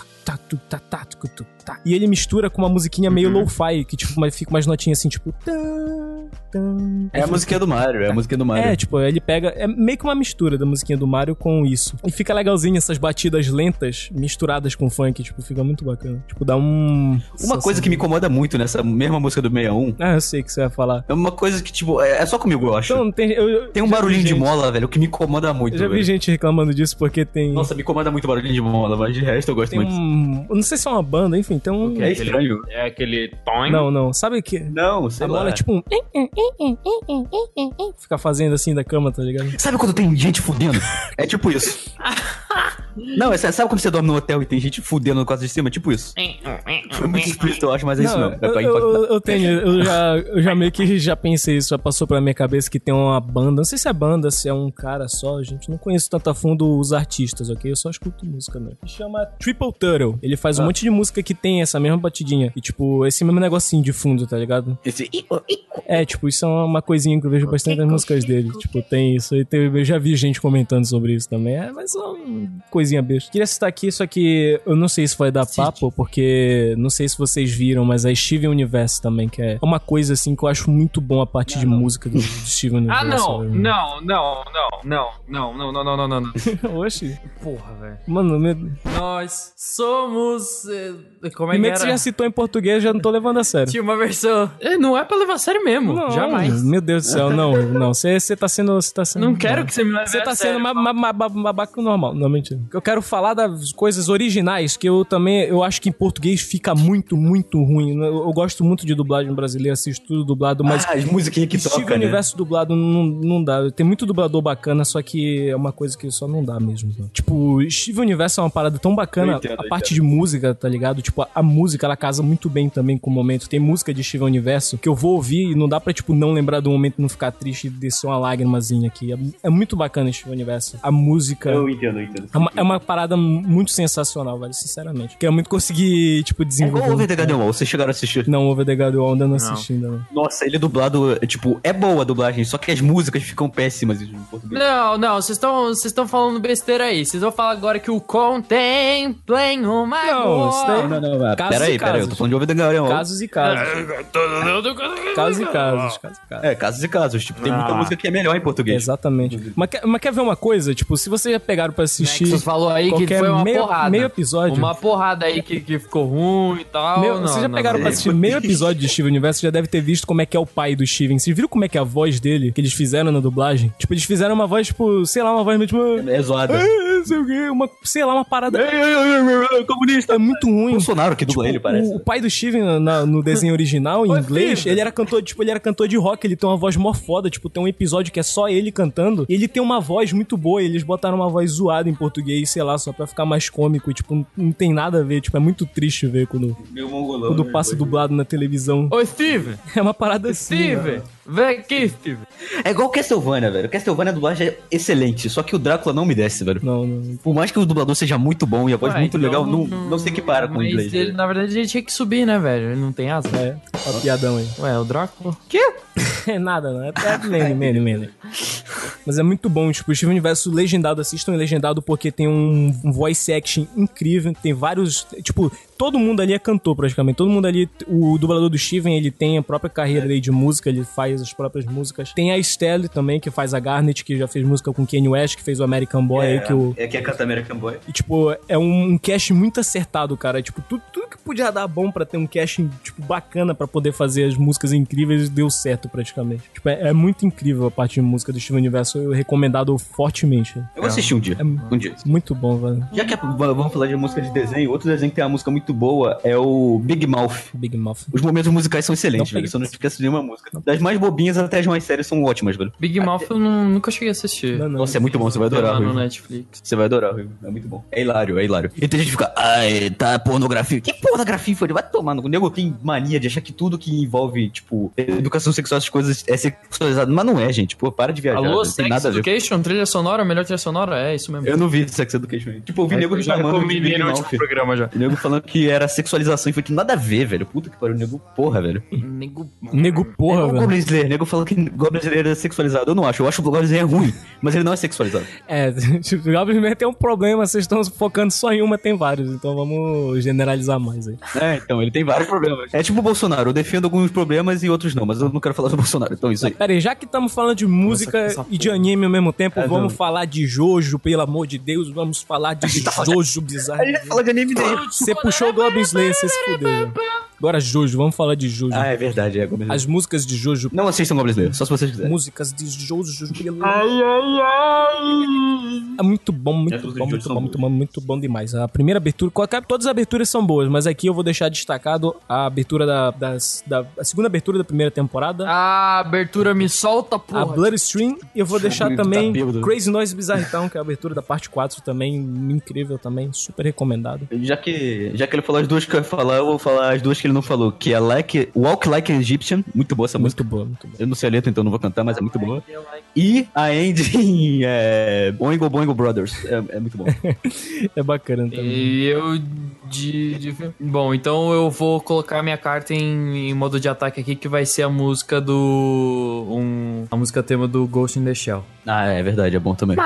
e ele mistura com uma musiquinha meio lo-fi, que tipo, fica umas notinhas assim, tipo... É a musiquinha do Mario, É, tipo, ele pega... É meio que uma mistura da musiquinha do Mario com isso. E fica legalzinho essas batidas lentas misturadas com funk, tipo, fica muito bacana. Tipo, dá Uma coisa que me incomoda muito nessa mesma música do 61... eu sei o que você vai falar. É uma coisa que, tipo, é só comigo, eu acho. Então, tem um barulhinho de mola, velho, que me incomoda muito, Eu já vi gente reclamando disso porque tem... Nossa, me incomoda muito o barulhinho de mola, mas de resto eu gosto muito. Não sei se é uma banda, enfim, tem um... É estranho. É aquele... Toing? Não. Sabe que... Não, sei a lá. mola é tipo um... Fica fazendo assim da cama, tá ligado? Sabe quando tem gente fudendo? É tipo isso. Não, sabe quando você dorme no hotel e tem gente fudendo no quarto de cima? Tipo isso. Foi muito explícito, eu acho, mas é isso mesmo. É pra impactar. Eu já meio que já pensei isso, já passou pela minha cabeça que tem uma banda, não sei se é banda, se é um cara só, gente, não conheço tanto a fundo os artistas, ok? Eu só escuto música mesmo. Ele chama Triple Turtle, ele faz um monte de música que tem essa mesma batidinha, e tipo, esse mesmo negocinho de fundo, tá ligado? Tipo, isso é uma coisinha que eu vejo bastante nas músicas dele, tipo, tem isso, eu já vi gente comentando sobre isso também, mas é uma coisinha besta. Queria citar aqui, só que eu não sei se vai dar papo, porque não sei se vocês viram, mas a Steven Universe também, que é uma coisa assim que eu acho muito bom a parte de música do Steven Universe. Não. Oxi. Porra, velho. Mano, Nós somos... Como é que primeiro que era? você já citou em português, já não tô levando a sério. Tinha uma versão... Não é pra levar a sério mesmo. Não, Jamais. Meu Deus do céu, não. Você tá sendo... Não quero que você me leve Você a tá sério. sendo babaca normal. Não, mentira. Eu quero falar das coisas originais, que eu acho que em português fica muito, muito ruim. Eu gosto muito de dublagem brasileira, assisto tudo dublado, mas... as musiquinhas que Steven toca, né? Universo dublado não dá. Tem muito dublador bacana, só que é uma coisa que só não dá mesmo. Né? Tipo, Steven Universo é uma parada tão bacana, a parte de música, tá ligado? Tipo, a música, ela casa muito bem também com o momento. Tem música de Steven Universo que eu vou ouvir e não dá pra, tipo, não lembrar do momento, não ficar triste e descer uma lágrimazinha aqui. É muito bacana Steven Universo. A música... Eu entendo. É uma parada muito sensacional, velho, sinceramente. Quero muito conseguir, tipo, desenvolver... Igual o Over the Garden Wall, vocês chegaram a assistir? Não, Over the Garden Wall ainda não assisti ainda, não. Nossa, ele é dublado, tipo, é boa a dublagem, só que as músicas ficam péssimas em português. Não, vocês estão falando besteira aí. Vocês vão falar agora que o Contemplem o My Não, isso daí... Não. Casos Peraí, e casos. eu tô falando de Over the Garden Wall. Casos e casos. Casos e casos. Casos e casos. Tipo, tem muita música que é melhor em português. Exatamente. Mas quer ver uma coisa? Tipo, se vocês já pegaram pra assistir... Vocês falou aí que qualquer foi uma porrada. meio episódio... Uma porrada aí que ficou ruim e tal. Vocês já pegaram pra assistir meio episódio de Steven Universo, já deve ter visto como é que é o pai do Steven. Vocês viram como é que é a voz dele, que eles fizeram na dublagem? Tipo, eles fizeram uma voz, tipo, sei lá, uma voz meio tipo... É zoada. Sei o quê, uma parada... Comunista. É muito ruim. Bolsonaro que dubla ele, parece. O pai do Steven no desenho original, em inglês, ele era cantor de rock, ele tem uma voz mó foda, tipo, tem um episódio que é só ele cantando, e ele tem uma voz muito boa, e eles botaram uma voz zoada em português, sei lá, só pra ficar mais cômico, e, tipo, não tem nada a ver, tipo, é muito triste ver quando passa dublado na televisão. Ô, Steven! É uma parada assim, Steven! Vem aqui, Steven! É igual Castlevania, velho. Castlevania a dublagem é excelente, só que o Drácula não me desce, velho. Não. Por mais que o dublador seja muito bom e a voz muito legal, não se equipara com o inglês. Ele, na verdade, ele tinha que subir, né, velho? Ele não tem asa. É, uma piadão aí. Ué, o Drácula... Quê? É nada, não. É meme. Mas é muito bom, tipo, o Steven Universo legendado, assistam legendado porque tem um voice acting incrível, tem vários, tipo, todo mundo ali é cantor praticamente, todo mundo ali, o dublador do Steven, ele tem a própria carreira aí de música, ele faz as próprias músicas. Tem a Estelle também, que faz a Garnet, que já fez música com Kanye West, que fez o American Boy aí, que canta American Boy. E, tipo, é um casting muito acertado, cara. Tipo, tudo que podia dar bom pra ter um casting, tipo, bacana pra poder fazer as músicas incríveis, deu certo praticamente. Tipo, é muito incrível a parte de música do Steven Universo, eu recomendado fortemente. Eu vou assistir um dia. Muito bom, velho. Já que vamos falar de música de desenho, outro desenho que tem uma música muito boa é o Big Mouth. Big Mouth. Os momentos musicais são excelentes, velho. Você não esquece de nenhuma música. Das mais bobinhas até as mais sérias são ótimas, velho. Big Mouth eu nunca cheguei a assistir. Nossa, é muito bom, você vai adorar. No Netflix. Você vai adorar, é muito bom. É hilário. E tem gente que fica, ai, tá pornografia. Que pornografia, foi? Vai tomar no... O nego tem mania de achar que tudo que envolve, tipo, educação sexual, essas coisas é sexualizado. Mas não é, gente. Pô, para de viajar. Alô, não Sex tem nada a ver. Education, trilha sonora, melhor trilha sonora? É isso mesmo. Eu não vi Sex Education. Tipo, eu vi nego reclamando de Big Mouth. Programa já. Nego falando que era sexualização infantil. Nada a ver, velho. Puta que pariu. Nego porra, velho. Nego porra, velho. Goblin Slayer. Nego falando que Goblin Slayer é sexualizado. Eu não acho. Eu acho que o Goblin Slayer é ruim. Mas ele não é sexualizado. É, tipo, o Goblin Slayer tem um problema. Vocês estão focando só em uma, tem vários. Então vamos generalizar mais aí. É, então, ele tem vários problemas. É tipo o Bolsonaro. Eu defendo alguns problemas e outros não. Mas eu não quero falar do Bolsonaro. Então, isso aí. Pera aí, já que estamos falando de música e de anime ao mesmo tempo, vamos falar de Jojo, pelo amor de Deus. Vamos falar de Jojo Bizarre. A gente fala de anime dele. Você puxou o Goblin Slayer, você se fudeu. Agora Jojo, vamos falar de Jojo. Ah, é verdade, é Goblin Slayer. As músicas de Jojo. Não assistam Goblin Slayer, só se vocês quiserem. Músicas de Jojo. Ai, ai, ai. É muito bom, muito As músicas bom, de Jojo muito são bom, muito bom, muito bom demais. A primeira abertura, todas as aberturas são boas, mas aqui eu vou deixar destacado a abertura a segunda abertura da primeira temporada. A abertura me solta, A porra. Bloodstream, e eu vou deixar Tá também bêbado. Crazy Noise Bizarre Town, que é a abertura da parte 4 também, incrível também, super recomendado. Já que ele falou as duas que eu ia falar, eu vou falar as duas que ele não falou, que é Walk Like an Egyptian, muito boa essa música. Muito boa, muito boa. Eu não sei a letra, então não vou cantar, mas é muito boa. E a ending Oingo Boingo Brothers, é muito bom. É bacana também. E eu Bom, então eu vou colocar minha carta em modo de ataque aqui, que vai ser a música a música tema do Ghost in the Shell. Ah, é verdade, é bom também.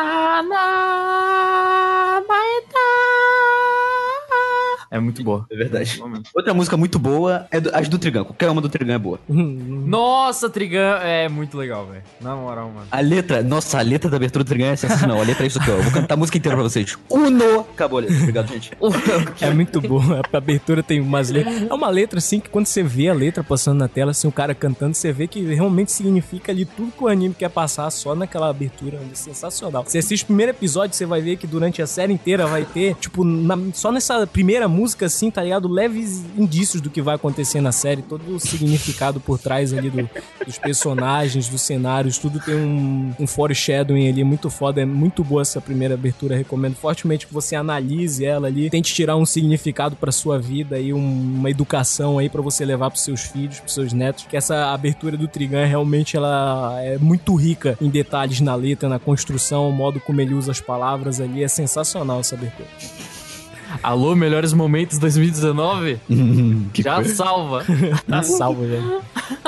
É muito boa. É verdade. Outra música muito boa é as do Trigun. Qualquer uma do Trigun é boa. Nossa, Trigun é muito legal, velho. Na moral, mano. A letra da abertura do Trigun é sensacional. A letra é isso aqui, ó. Eu vou cantar a música inteira pra vocês. Uno! Acabou a letra. Obrigado, gente. É muito boa. A abertura tem umas letras. É uma letra, assim, que quando você vê a letra passando na tela, assim, o cara cantando, você vê que realmente significa ali tudo que o anime quer passar só naquela abertura. É sensacional. Você assiste o primeiro episódio, você vai ver que durante a série inteira vai ter, tipo, só nessa primeira música, assim, tá ligado? Leves indícios do que vai acontecer na série. Todo o significado por trás ali dos personagens, dos cenários, tudo tem um foreshadowing ali muito foda. É muito boa essa primeira abertura. Recomendo fortemente que você analise ela ali, tente tirar um significado pra sua vida e uma educação aí pra você levar pros seus filhos, pros seus netos, que essa abertura do Trigun realmente ela é muito rica em detalhes na letra, na construção, o modo como ele usa as palavras ali, é sensacional essa abertura. Alô, melhores momentos 2019? Que Já coisa. salva. Tá salvo, velho.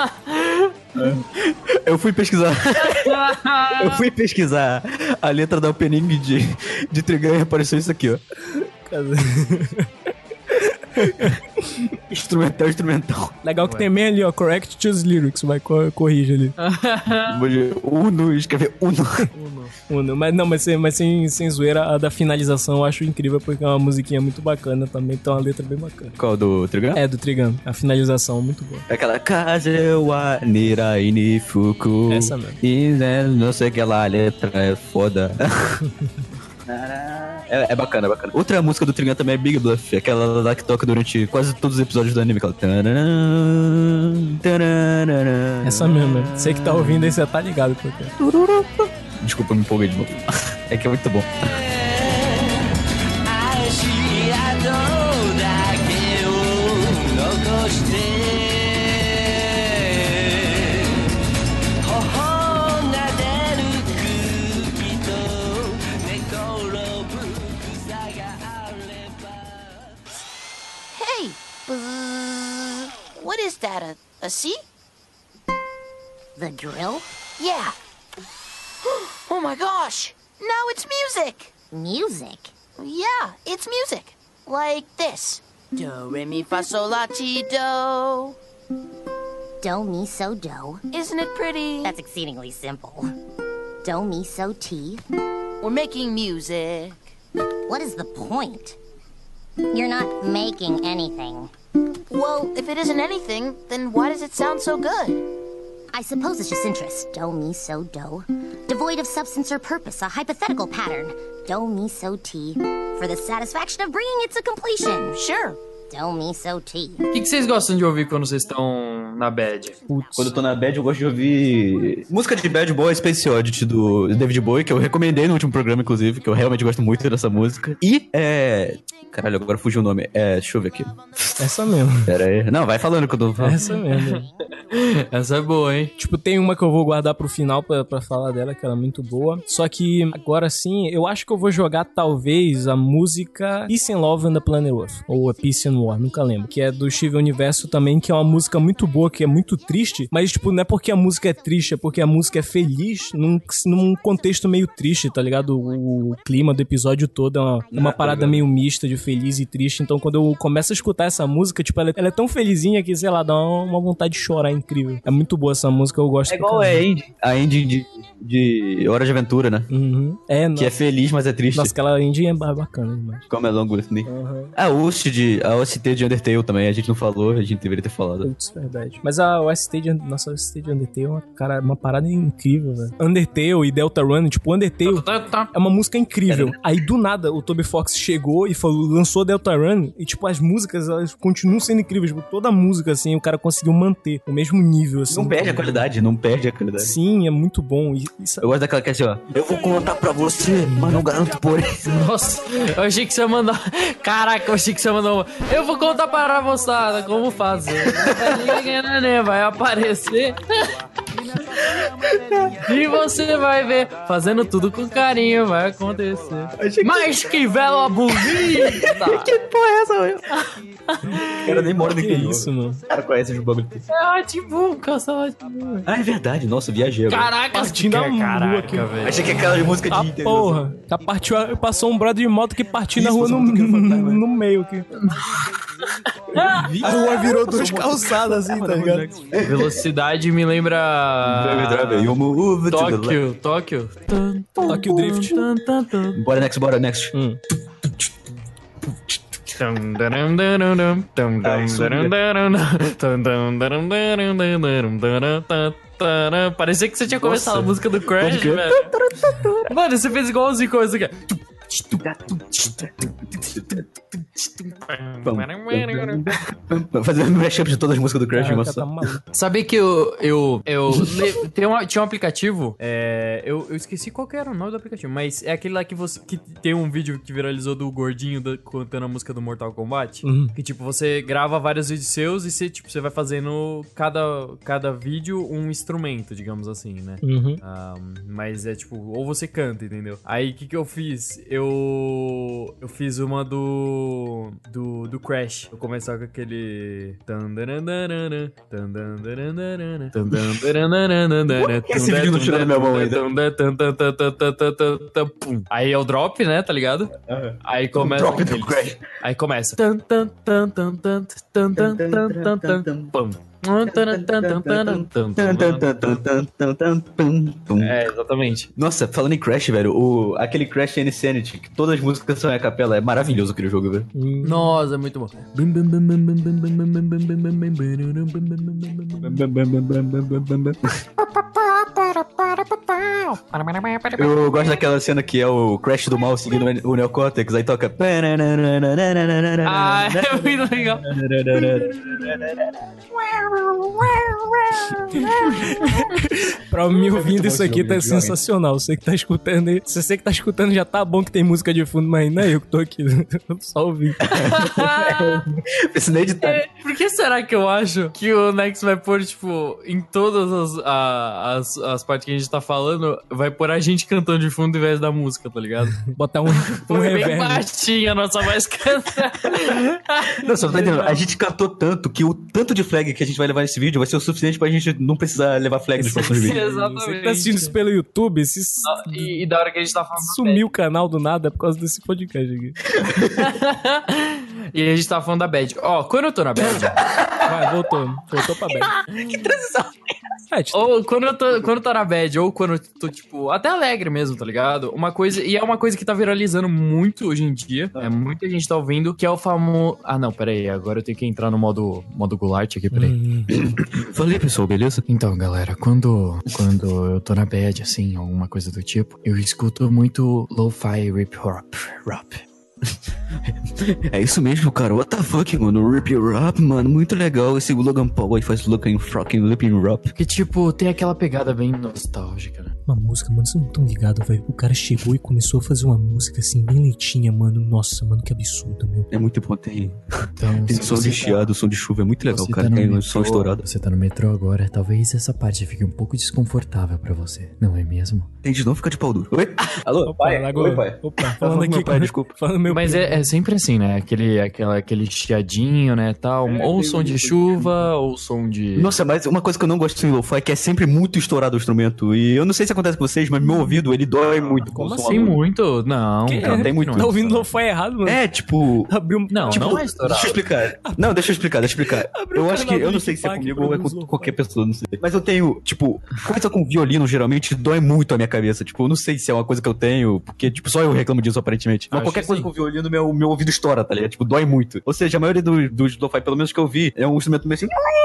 Eu fui pesquisar. A letra da opening de Trigun e apareceu isso aqui, ó. Instrumental. Legal que tem bem ali, ó, correct choose lyrics, vai, corrige ali. Uno, escrever Uno. Uno. Mas sem zoeira, a da finalização eu acho incrível, porque é uma musiquinha muito bacana também, então uma letra bem bacana. Qual, do Trigun? É, do Trigun, a finalização muito boa. É aquela Kaze wa nirai ni fuku. Essa mesmo. E né, não sei que lá, a letra é foda. É bacana, é bacana. Outra música do Trigun também é Big Bluff, aquela lá que toca durante quase todos os episódios do anime. Aquela... Essa mesmo. Você que tá ouvindo aí, você tá ligado porque. Desculpa, me empolguei de novo. É que é muito bom. Hey, what is that? A sea? The drill? Yeah. Oh my gosh! Now it's music! Music? Yeah, it's music. Like this. Do, re, mi, fa, sol, la, ti, do. Do, mi, so, do. Isn't it pretty? That's exceedingly simple. Do, mi, so, ti. We're making music. What is the point? You're not making anything. Well, if it isn't anything, then why does it sound so good? I suppose it's just interest. Do, mi, so, do. Devoid of substance or purpose, a hypothetical pattern. Do, mi, so, ti. For the satisfaction of bringing it to completion. Sure. Do, mi, so, ti. O que vocês gostam de ouvir quando vocês estão na bad? Quando eu tô na bad, eu gosto de ouvir música de Bad Boy Space Oddity do David Bowie, que eu recomendei no último programa, inclusive, que eu realmente gosto muito dessa música. E, caralho, agora fugiu o nome. Deixa eu ver aqui. Essa mesmo. Pera aí. Não, vai falando que eu tô falando. Essa mesmo. Essa é boa, hein? Tipo, tem uma que eu vou guardar pro final pra falar dela, que ela é muito boa. Só que, agora sim, eu acho que eu vou jogar, talvez, a música Peace and Love on the Planet Earth. Ou a Peace and War, nunca lembro. Que é do Steven Universo também, que é uma música muito boa, que é muito triste. Mas, tipo, não é porque a música é triste, é porque a música é feliz num contexto meio triste, tá ligado? O clima do episódio todo é uma parada meio mista de feliz e triste. Então, quando eu começo a escutar essa música, tipo, ela é tão felizinha que, sei lá, dá uma vontade de chorar incrível. É muito boa essa música, eu gosto. É igual a ending de Hora de Aventura, né? Uhum. Que é feliz, mas é triste. Nossa, aquela ending é bacana demais. Come Along With Me. A OST de Undertale também, a gente não falou, a gente deveria ter falado. Putz, verdade. Mas a OST de Undertale é uma parada incrível, velho. Undertale e Deltarune, tipo, Undertale é uma música incrível. Aí, do nada, o Toby Fox chegou e lançou Deltarune e, tipo, as músicas, elas continuam sendo incríveis. Tipo, toda a música, assim, o cara conseguiu manter o mesmo nível, assim. Não perde a qualidade. Sim, é muito bom. Eu gosto daquela que é assim, ó. Eu vou contar pra você, mas não garanto por isso. Nossa, eu achei que você ia mandar... Caraca, eu achei que você ia mandar eu vou contar para a moçada como fazer. Vai aparecer... E você vai ver, fazendo tudo com carinho, vai acontecer. Mas que bela bonita! Que porra é essa, meu? O cara nem mora Que isso, mano? O cara conhece o bagulho. É ótimo, caça. Ah, é verdade. Nossa, viajei agora. Caraca, Partindo da rua aqui. velho. Achei que aquela música de Ah, Inter. porra. Passou um brother de moto que partiu na rua no meio aqui. A rua virou 2 calçadas assim, tá ligado? Velocidade me lembra... Tóquio. Tóquio Drift. Bora next. Parecia que você tinha começado a música do Crash, velho. Mano, você fez igualzinho coisa aqui. Fazendo mashup de todas as músicas do Crash, moça. Sabe que tinha um aplicativo, eu esqueci qual que era o nome do aplicativo, mas é aquele lá que tem um vídeo que viralizou do gordinho contando a música do Mortal Kombat, que tipo, você grava vários vídeos seus e você vai fazendo cada vídeo um instrumento, digamos assim, né? Mas é tipo, ou você canta, entendeu? Aí o que eu fiz? Eu fiz uma do Crash. Eu começar com aquele... Esse vídeo não tirou da minha mão ainda. Aí é o drop, né? Tá ligado? Aí começa... Drop do Crash. Aí começa... É, exatamente. Nossa, falando em Crash, velho, aquele Crash Insanity, que todas as músicas são em a capela, é maravilhoso aquele jogo, velho. Nossa, é muito bom. Eu gosto daquela cena que é o Crash do mal seguindo o Neocortex, aí toca... Ah, é muito legal. Pra mim ouvindo isso aqui tá sensacional. Você que tá escutando aí, se você que tá escutando já tá bom que tem música de fundo, mas não é eu que tô aqui, eu só ouvindo. Preciso nem editar. Por que será que eu acho que o Nex vai pôr, tipo, em todas as partes que a gente tá falando, vai pôr a gente cantando de fundo em vez da música, tá ligado? Botar um reverb. Bem baixinho a nossa voz canta. Não, só tá entendendo, a gente cantou tanto que o tanto de flag que a gente vai levar nesse vídeo vai ser o suficiente pra gente não precisar levar flag nos próximos vídeos. Exatamente. Você que tá assistindo isso pelo YouTube, E da hora que a gente tá falando... sumiu o canal do nada por causa desse podcast aqui. E a gente tá falando da bad. Ó, quando eu tô na bad... Vai, voltou pra bad. Que transição! Ou quando eu tô na bad, ou quando eu tô, tipo, até alegre mesmo, tá ligado? E é uma coisa que tá viralizando muito hoje em dia. É muita gente tá ouvindo, que é o famoso... Ah, não, pera aí. Agora eu tenho que entrar no modo Goulart aqui, peraí. Falei, pessoal, beleza? Então, galera, quando eu tô na bad, assim, alguma coisa do tipo, eu escuto muito lo-fi hip-hop. É isso mesmo, cara. What the fuck, mano? Rip It Up, mano. Muito legal. Esse Logan Paul aí faz Looking Fucking Rip It Up. Que, tipo, tem aquela pegada bem nostálgica, né? Uma música, mano, vocês não estão ligados, velho. O cara chegou e começou a fazer uma música assim, bem leitinha, mano. Nossa, mano, que absurdo, meu. É muito bom. Tem Então, som de chiado, som de chuva. É muito legal, você cara. tá no Tem um metrô, som estourado. Você tá no metrô agora, talvez essa parte fique um pouco desconfortável pra você, não é mesmo? Tente não ficar de pau duro. Oi? Alô? Opa, pai? Lagoa. Oi, pai. Opa, falando aqui, meu pai, desculpa. Falando meu Mas é sempre assim, né? Aquele chiadinho, né, tal. Ou som de chuva, ou som de... Nossa, mas uma coisa que eu não gosto em lo-fi é que é sempre muito estourado o instrumento. E eu não sei se acontece com vocês, mas meu ouvido, ele dói muito. Como com o som assim agudo. Muito? Não, Não, tem muito. Tá ouvindo lo-fi errado, mano? É, tipo... Abriu... Não, tipo, não é estourado. Deixa eu explicar. Não, deixa eu explicar. Abriu Eu o acho que... canal Eu do não sei se é Tupac comigo pra ou é ouvir com os qualquer lo-fi. pessoa, não sei. Mas eu tenho, tipo... Coisa com violino, geralmente, dói muito a minha cabeça. Tipo, eu não sei se é uma coisa que eu tenho, porque, tipo, só eu reclamo disso, aparentemente. Mas Acho qualquer que coisa sim. com violino, meu ouvido estoura, tá ligado? Tipo, dói muito. Ou seja, a maioria dos lo-fi, pelo menos que eu vi, é um instrumento meio assim...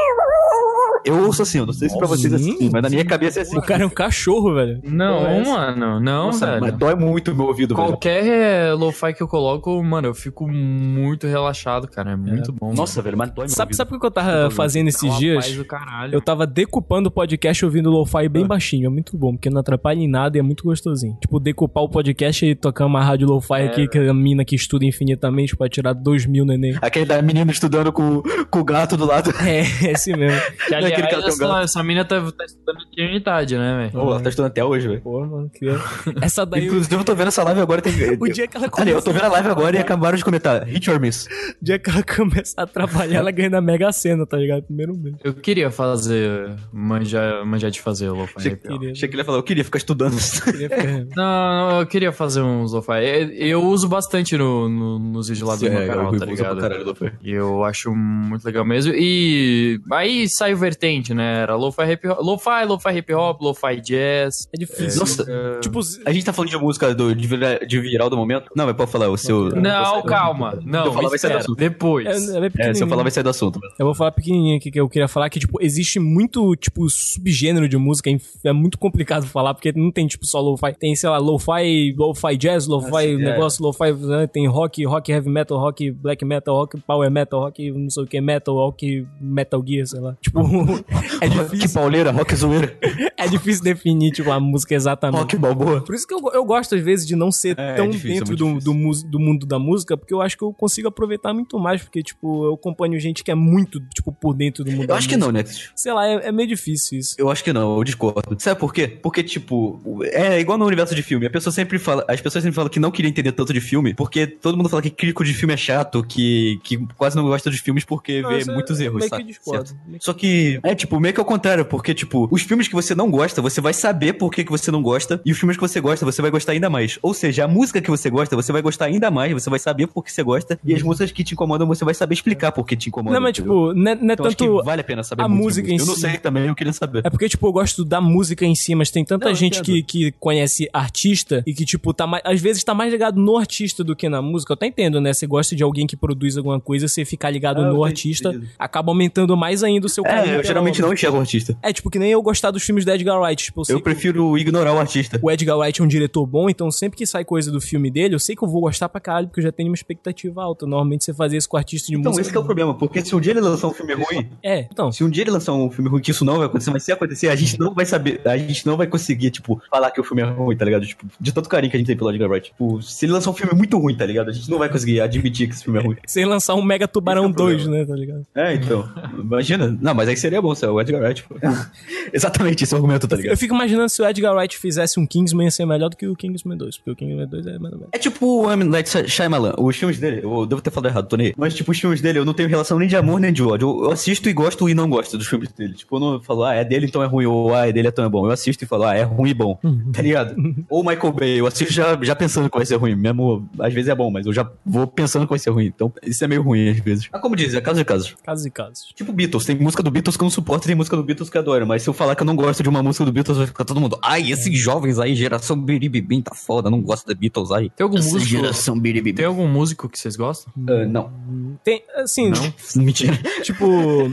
Eu ouço assim, eu não sei se pra vocês é assim, mas na minha cabeça é assim. O cara é um cachorro, velho. Não, Porra, é essa? mano, não, Nossa, velho. mas dói muito o meu ouvido, velho. Qualquer lo-fi que eu coloco, mano, eu fico muito relaxado, cara. É muito bom. Nossa, velho, mas dói meu ouvido. Sabe o que eu tava fazendo esses dias? Eu tava decupando o podcast ouvindo lo-fi bem baixinho. É muito bom, porque não atrapalha em nada e é muito gostosinho. Tipo, decupar o podcast e tocar uma rádio lo-fi aqui, que é a mina que estuda infinitamente pra tirar 2.000 no Enem. Aquele da menina estudando com o gato do lado. É, esse mesmo. Que, Não é aquele que ela aliás, tem um gato. essa mina tá estudando eternidade, né, velho? Pô, ela tá estudando até hoje, velho. Pô, mano, que... Essa daí... Inclusive, eu tô vendo essa live agora. O dia que ela Olha, eu tô vendo a live agora e trabalhar- acabaram de comentar. Hit or miss. O dia que ela começar a trabalhar, ela ganha na Mega Sena, tá ligado? Primeiro mês. Eu queria fazer, manjar de fazer o lo-fi. Achei Queria. que ele ia falar, eu queria ficar estudando. Queria ficar- Não, eu queria fazer uns lo-fi. Eu uso bastante nos vídeos lá do meu canal, tá usa pra ligado? caralho, Lofer. E eu acho muito legal mesmo. E aí saiu vertente, né? Era lo-fi hip hop, lo-fi jazz. É difícil. Nossa, Tipo, a gente tá falando de música de viral do momento? Não, mas pode falar, o seu... Não, calma. Se eu Não, falar, vai sair do espera. assunto. Depois. ela é Se eu pequenininha. falar, vai sair do assunto. Eu vou falar pequenininho aqui que eu queria falar que, tipo, existe muito, tipo, subgênero de música. É muito complicado falar, porque não tem, tipo, só lo-fi. Tem, sei lá, lo-fi jazz, lo-fi negócio, lo-fi, né? Tem rock heavy metal, rock black metal, rock power metal, rock não sei o que, metal, rock metal gear, sei lá. Tipo, é Rock difícil, pauleira, rock zoeira, é difícil definir, tipo, a música exatamente. rock balboa. Por isso que eu gosto, às vezes, de não ser tão difícil, dentro é muito do mundo da música, porque eu acho que eu consigo aproveitar muito mais, porque, tipo, eu acompanho gente que é muito, tipo, por dentro do mundo Eu da acho que música. não, Nexus. Sei lá, é meio difícil isso. Eu acho que não, eu discordo. Sabe por quê? Porque, tipo, é igual no universo de filme. As pessoas sempre falam que não queriam entender tanto de filme, porque todo mundo fala que crítico de filme é chato, que quase não gosta dos filmes porque Não, vê isso muitos erros, meio sabe? que discordo. Certo? Só que, tipo, meio que ao contrário, porque, tipo, os filmes que você não gosta, você vai saber por que você não gosta, e os filmes que você gosta, você vai gostar ainda mais. Ou seja, a música que você gosta, você vai gostar ainda mais, você vai saber por que você gosta, e as músicas que te incomodam, você vai saber explicar por que te incomodam. Não, mas, entendeu? tipo, não é Então, acho tanto que vale a pena saber a muito de música em Eu não si. sei também, eu queria saber. É porque, tipo, eu gosto da música em si, mas tem tanta Não, eu gente entendo. que conhece artista e que, tipo, às vezes tá mais ligado no artista do que na música. Eu até entendo, né? Você gosta de alguém que produz alguma coisa, você ficar ligado no artista, acaba aumentando mais ainda o seu carinho. Eu pela geralmente obra. não enxergo o artista. É, tipo, que nem eu gostar dos filmes do Edgar Wright. Tipo, eu sei Eu que prefiro ignorar o artista. o Edgar Wright é um diretor bom, então sempre que sai coisa do filme dele, eu sei que eu vou gostar pra caralho, porque eu já tenho uma expectativa alta. Normalmente você fazer isso com artista de Então, música. esse que é o problema, porque se um dia ele lançar um filme ruim, Então. se um dia ele lançar um filme ruim, que isso não vai acontecer, mas se acontecer, a gente não vai saber, a gente não vai conseguir, tipo, falar que o filme é ruim, tá ligado? Tipo, de tanto carinho que a gente tem pelo Edgar Wright. Tipo, se ele lançar um filme muito ruim, tá ligado? A gente não vai conseguir admitir que esse filme é ruim. Sem lançar um Mega Tubarão Esse é o 2, problema. né, tá ligado? Então, imagina. Não, mas aí seria bom, se é o Edgar Wright, pô. Exatamente esse é o argumento, tá Eu ligado? fico imaginando se o Edgar Wright fizesse um Kingsman ia ser melhor do que o Kingsman 2, porque o Kingsman 2 é mais ou menos. É tipo o M. Night Shyamalan. Os filmes dele, eu devo ter falado errado, tô nem aí. Mas, tipo, os filmes dele, eu não tenho relação nem de amor nem de ódio. Eu assisto e gosto e não gosto dos filmes dele. Tipo, eu não falo, é dele então é ruim, ou é dele então é bom. Eu assisto e falo, é ruim e bom. Tá ligado? Ou Michael Bay, eu assisto já pensando que vai ser ruim. Mesmo, às vezes é bom, mas eu já vou pensando que vai ser ruim. Então, isso é meio ruim às vezes. Mas como diz, é caso de casos. Casos e casos. Tipo Beatles, tem música do Beatles que eu não suporto e tem música do Beatles que eu adoro. Mas se eu falar que eu não gosto de uma música do Beatles, vai ficar todo mundo, ai, esses jovens aí, geração biribibim, tá foda, não gosto da Beatles aí. Tem algum Essa músico? geração biribibim. Tem algum músico que vocês gostam? Não. Tem, assim, Mentira. tipo,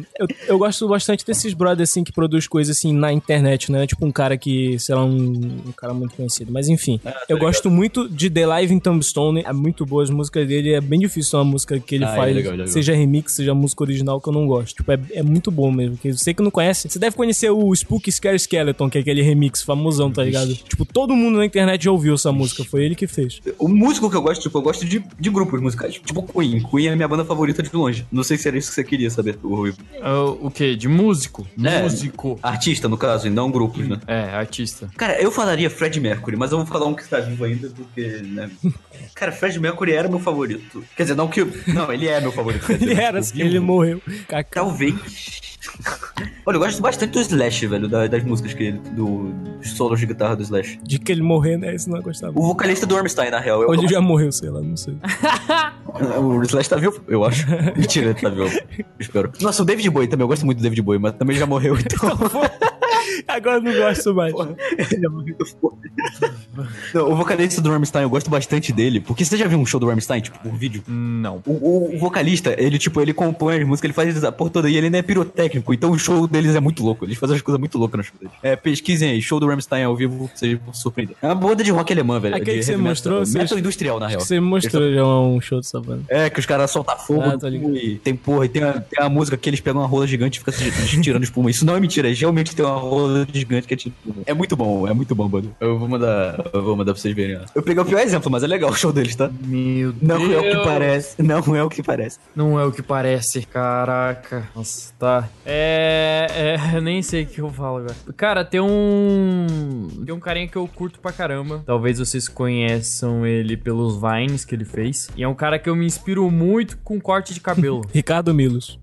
eu gosto bastante desses brothers, assim, que produz coisas, assim, na internet, né? Tipo um cara que, sei lá, um cara muito conhecido. Mas, enfim, eu gosto muito de The Live in Tombstone. É muito boa as músicas dele. É bem difícil uma música que ele faz, legal. seja remix, seja música original, que eu não gosto. Tipo, é muito bom mesmo. Que você que não conhece, você deve conhecer o Spooky Scary Skeleton, que é aquele remix famosão, tá ligado? Tipo, todo mundo na internet já ouviu essa música. Foi ele que fez. O músico que eu gosto, tipo, eu gosto de grupos musicais. Tipo Queen. Queen é a minha banda favorita de longe. Não sei se era isso que você queria saber, o Rui. O quê? De músico? É. Músico. Artista, no caso, e não grupos, né? É, artista. Cara, eu falaria Fred Mercury, mas eu vou falar um que está vivo ainda, porque, né? Cara, Fred Mercury era meu favorito. Quer dizer, não que... Não, ele é meu favorito. Ele era, assim, ele morreu. Cacá. Olha, eu gosto bastante do Slash, velho, das músicas que ele, dos solos de guitarra do Slash. De que ele morrer, né? Isso não gostava. O vocalista do Rammstein, na real. Ou ele já morreu, sei lá, não sei. O Slash tá vivo, eu acho. Mentira, ele tá vivo. Espero. Nossa, o David Bowie também, eu gosto muito do David Bowie, mas também já morreu, então... Agora eu não gosto mais. Ele é muito foda. Não, o vocalista do Rammstein, eu gosto bastante dele, porque você já viu um show do Rammstein, tipo, por vídeo? Não. O vocalista, ele, tipo, ele compõe as músicas, ele faz a porra toda, e ele ainda é pirotécnico, então o show deles é muito louco, eles fazem as coisas muito loucas no show deles. Pesquisem aí, show do Rammstein ao vivo, vocês vão se surpreender. É uma banda de rock alemã, velho. Aquele que você mostrou? Metal industrial, na real. Você me mostrou já um show dessa banda. Que os caras soltam fogo e tem a música que eles pegam uma rola gigante e ficam se tirando espuma. Isso não é mentira, realmente tem uma rola gigante que é tipo... É muito bom, mano. Eu vou mandar pra vocês verem. Eu peguei o pior exemplo, mas é legal o show deles, tá? Meu Deus. Não é o que parece. Não é o que parece. Não é o que parece. Caraca. Nossa, tá. Eu nem sei o que eu falo agora. Cara, tem um carinha que eu curto pra caramba. Talvez vocês conheçam ele pelos Vines que ele fez. E é um cara que eu me inspiro muito com corte de cabelo. Ricardo Milos.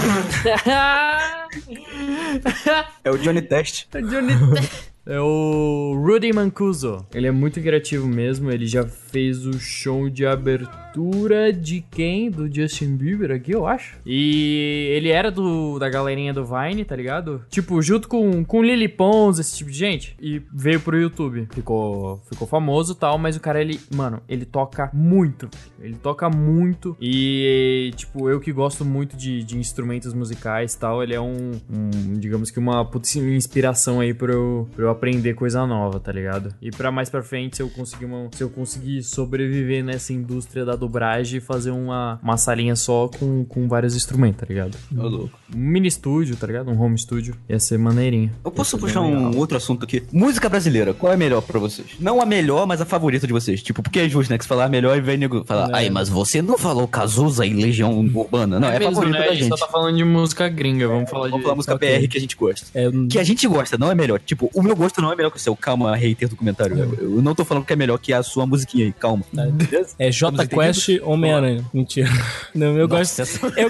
É o Johnny Test. É o Rudy Mancuso. Ele é muito criativo mesmo. Ele já fez o show de abertura de quem? Do Justin Bieber aqui, eu acho. E ele era da galerinha do Vine, tá ligado? Tipo, junto com Lily Pons, esse tipo de gente. E veio pro YouTube. Ficou famoso e tal, mas o cara, ele toca muito. Ele toca muito. E, tipo, eu que gosto muito de instrumentos musicais e tal, ele é digamos que uma puta inspiração aí pra eu aprender coisa nova, tá ligado? E pra mais pra frente, se eu conseguir sobreviver nessa indústria da dublagem e fazer uma salinha só com vários instrumentos, tá ligado? Louco. Um mini estúdio, tá ligado? Um home studio. Ia ser maneirinho. Eu posso puxar um outro assunto aqui? Música brasileira, qual é a melhor pra vocês? Não a melhor, mas a favorita de vocês. Tipo, porque é justo, né? Que se falar a melhor e vem nego falar, mas você não falou Cazuza e Legião Urbana. Não, é a favorita da gente. A gente só tá falando de música gringa, vamos falar música PR que a gente gosta. Que a gente gosta, não é melhor. Tipo, o meu gosto não é melhor que o seu. Calma, hater do comentário. Eu não tô falando que é melhor que a sua musiquinha aí, calma. É J Quest Homem-Aranha. Mentira. Não, eu gosto,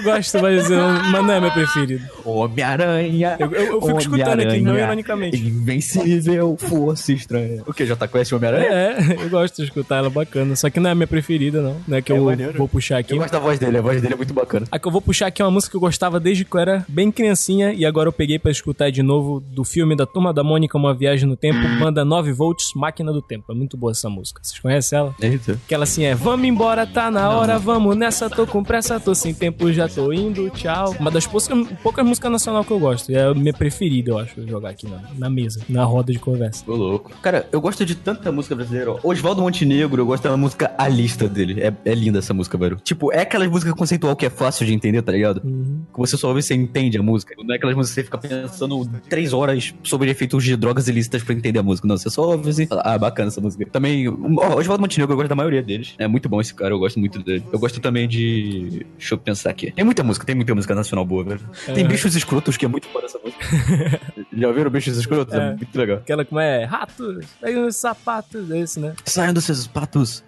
mas não é meu preferido. Homem-Aranha. Eu fico escutando aqui, não ironicamente. Invencível, força estranha. O que, J Quest Homem-Aranha? Eu gosto de escutar ela bacana. Só que não é a minha preferida, não. Não é que eu vou puxar aqui. Eu gosto da voz dele, a voz dele é muito bacana. A que eu vou puxar aqui é uma música que eu gostava desde que eu era bem criancinha e agora eu peguei pra escutar de novo do filme da Turma da Mônica, Uma Viagem no Tempo, banda 9 volts, Máquina do Tempo. É muito boa essa música. Vocês conhecem ela? Eita. Que ela assim é: vamos embora, tá na hora, vamos nessa, tô com pressa, tô sem tempo, já tô indo, tchau. Uma das poucas músicas nacional que eu gosto. É a minha preferida, eu acho, jogar aqui na mesa, na roda de conversa. Tô louco. Cara, eu gosto de tanta música brasileira. Oswaldo Montenegro, eu gosto da música A Lista dele. É linda essa música, velho. Tipo, é aquela música conceitual que é fácil de entender, tá ligado? Que você só ouve e você entende a música. Não é aquelas músicas que você fica pensando 3 horas sobre efeitos de drogas ilícitas pra entender a música. Não, você só ouve assim e fala, bacana essa música. Também, Oswaldo Montenegro, eu gosto da maioria deles. É muito bom esse cara, eu gosto muito dele. Eu gosto também de... Deixa eu pensar aqui. Tem muita música nacional boa, velho. Tem Bichos Escrotos, que é muito foda essa música. Já ouviram Bichos Escrotos? É muito legal. Aquela como é? Ratos, pegam os sapatos, é esse, né? Saiam dos seus patos.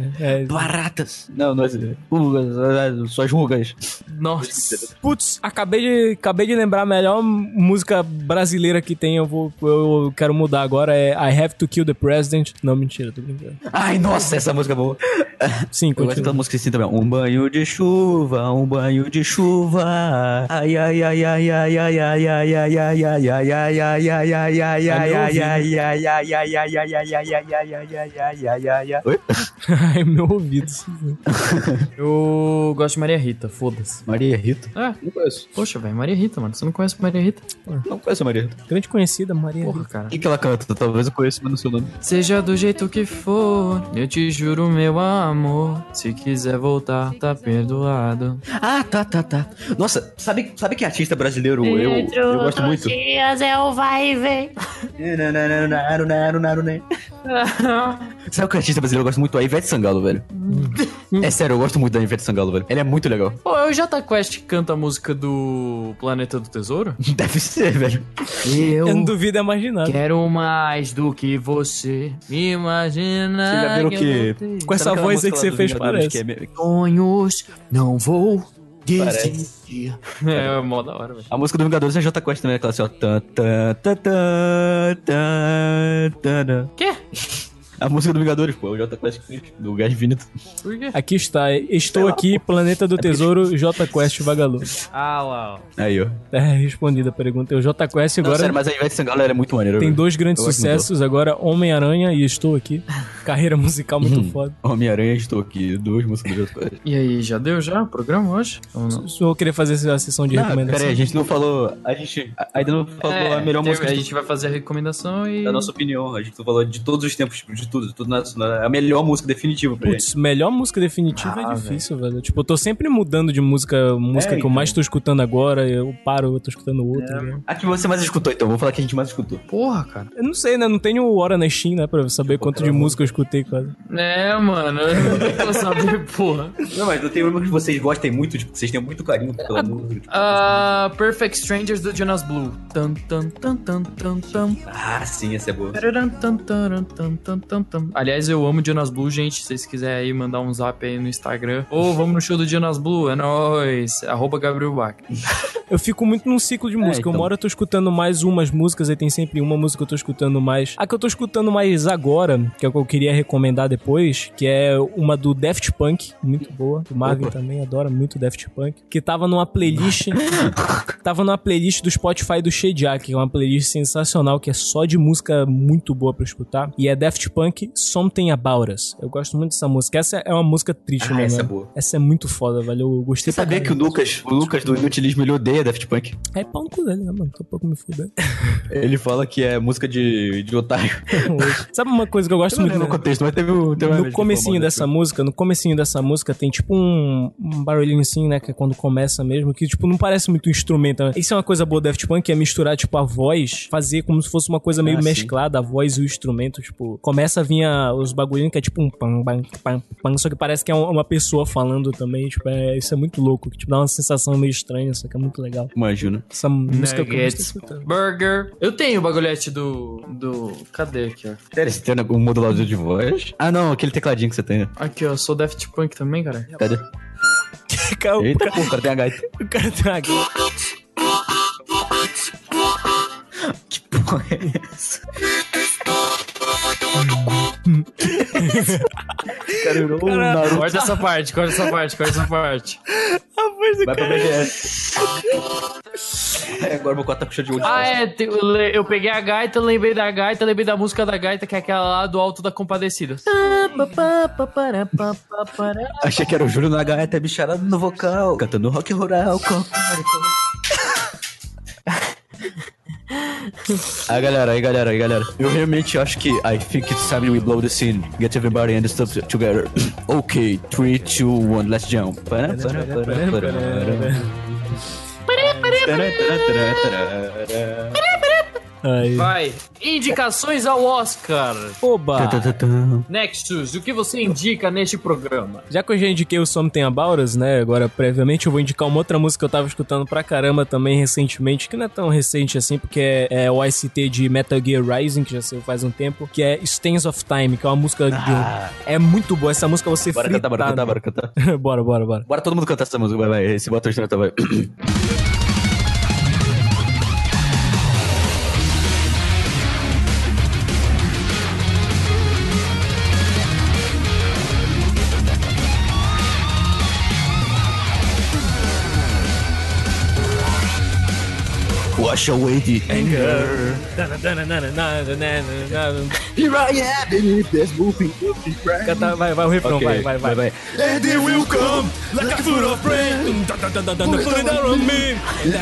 Baratas. Não é rugas, suas rugas. Nossa. Putz, acabei de lembrar a melhor música brasileira que tem. Eu quero mudar agora. É I Have to Kill the President. Não, mentira, tô brincando. Ai, nossa, essa música é boa. Sim, eu gosto da música assim também. Um banho de chuva. Ai, ai, ai, ai, ai, ai, ai, ai, ai, ai, ai, ai, ai, ai, ai, ai, ai, ai, ai, ai. Oi? Ai, meu ouvido. Eu gosto de Maria Rita, foda-se. Maria Rita? Não conheço. Poxa, velho, Maria Rita, mano. Você não conhece Maria Rita? Não conheço a Maria Rita. Grande conhecida, Maria Rita. Porra, cara. O que ela canta? Talvez eu conheça, mas não sei o nome. Seja do jeito que for, eu te juro, meu amor. Se quiser voltar, tá perdoado. Tá. Nossa, sabe que artista brasileiro eu gosto muito? Dias eu vai e vem. Sabe que artista brasileiro eu gosto muito? A Ivete Sangalo, velho. É sério, eu gosto muito da Ivete Sangalo, velho. Ela é muito legal. Pô, é o Jota Quest que canta a música do Planeta do Tesouro? Deve ser, velho. Eu não duvido imaginar. Quero mais do que você me imagina. Você já viram que... Com essa voz aí que você fez, parece. Sonhos, não vou Desistir. É mó da hora, velho. A música do Vingadores é Jota Quest também, aquela assim, ó. Tan, tan, tan, tan, tan, tan. Quê? A música do Vingadores, pô, o Jota Quest fez, do Gás Infinito. Por quê? Aqui está, estou aqui, Planeta do Tesouro, J Quest Vagalume. Ah lá, ó. Aí, ó. É respondida a pergunta. O J Quest Não, agora sério, mas a Ivete Sangalo é muito maneiro. tem 2 grandes sucessos, agora Homem-Aranha e Estou Aqui. Carreira musical muito foda. Homem-Aranha, estou aqui. 2 músicas do Jota Quest. E aí, já deu já o programa hoje? Ou não? O senhor querer fazer a sessão de recomendação? Pera aí, a gente não falou... A gente ainda não falou a melhor música A gente vai fazer a recomendação e... da nossa opinião. A gente não falou de todos os tempos, tipo, de tudo nacional. A melhor música definitiva pra Putz, melhor música definitiva é difícil, velho. Tipo, eu tô sempre mudando de música que eu mais tô escutando agora, eu paro, eu tô escutando outra. Né? A que você mais escutou, então. Vou falar que a gente mais escutou. Porra, cara. Eu não sei, né? Não tenho hora na Steam, né? Pra saber quanto de música eu escutei, quase. É, mano. Eu não vou saber, porra. Não, mas não tem uma que vocês gostem muito, tipo, que vocês tenham muito carinho pela música. Tipo, Perfect Strangers do Jonas Blue. Tan, tan, tan, tan, tan, tan. Ah, sim, essa é boa. Aliás, eu amo Jonas Blue, gente. Se vocês quiserem aí mandar um zap aí no Instagram. Ou vamos no show do Jonas Blue, é nóis. @Gabriel Bach. Eu fico muito num ciclo de música. então. Uma hora eu tô escutando mais umas músicas, aí tem sempre uma música que eu tô escutando mais. A que eu tô escutando mais agora, que é o que eu queria recomendar depois, que é uma do Daft Punk, muito boa. O Marvin também adora muito Daft Punk. Que tava numa playlist. Tava numa playlist do Spotify do Shediak, que é uma playlist sensacional, que é só de música muito boa pra escutar. E é Daft Punk, Something About Us. Eu gosto muito dessa música. Essa é uma música triste, né? Essa é boa. Essa é muito foda, velho. Eu gostei Você sabia que o Lucas do Inutilismo, ele odeia Daft Punk? É pau no cu dele, né, mano? Tô um pouco me fudendo. Ele fala que é música de otário. Sabe uma coisa que eu gosto Eu não muito? lembro o contexto, mas teve uma vez No que comecinho falou mal dessa música tem tipo um barulhinho assim, né, que é quando começa mesmo, que tipo não parece muito um instrumento, né? Isso é uma coisa boa do Daft Punk, é misturar tipo a voz, fazer como se fosse uma coisa meio mesclada, a voz e o instrumento, tipo, começa a vir os bagulhinhos que é tipo um pam, pam, pam, pam, só que parece que é uma pessoa falando também, tipo, isso é muito louco, que tipo, dá uma sensação meio estranha, só que é muito legal. Imagina. Essa música que eu gosto de Nuggets, escutar. Burger. Eu tenho o bagulhete do... Cadê aqui, ó? Sério, você tem um modulador de voz? Ah, não, aquele tecladinho que você tem. Aqui, ó. Sou Daft Punk também, cara. Cadê? Eita, pô, o cara tem a gaita. O cara tem uma gaita. Que porra é essa? Cara, virou um Naruto. Corta essa parte. Vai pra BGS. Agora meu quarto tá com cheio de olho. Eu peguei a gaita, lembrei da música da gaita, que é aquela lá do Alto da Compadecida. Achei que era o Júlio na gaita, bicharado no vocal, cantando rock rural. Aí galera. Eu realmente acho que I think it's time we blow the scene. Get everybody and the stuff together. Ok, 3, 2, 1, let's jump. Aí. Vai. Indicações ao Oscar. Oba! Nexus, o que você indica neste programa? Já que eu já indiquei o Something About Us, né, agora previamente eu vou indicar uma outra música que eu tava escutando pra caramba também recentemente, que não é tão recente assim, porque é o ICT de Metal Gear Rising, que já saiu faz um tempo, que é Stains of Time, que é uma música é muito boa, essa música você Bora frita. cantar. Bora. Bora todo mundo cantar essa música, vai. Esse bota o instrumento, vai. Wash away the anger. Here I am beneath this moving. Canta, vai o refrão, Okay, vai. And they will come like a foot of rain. Put it down on me.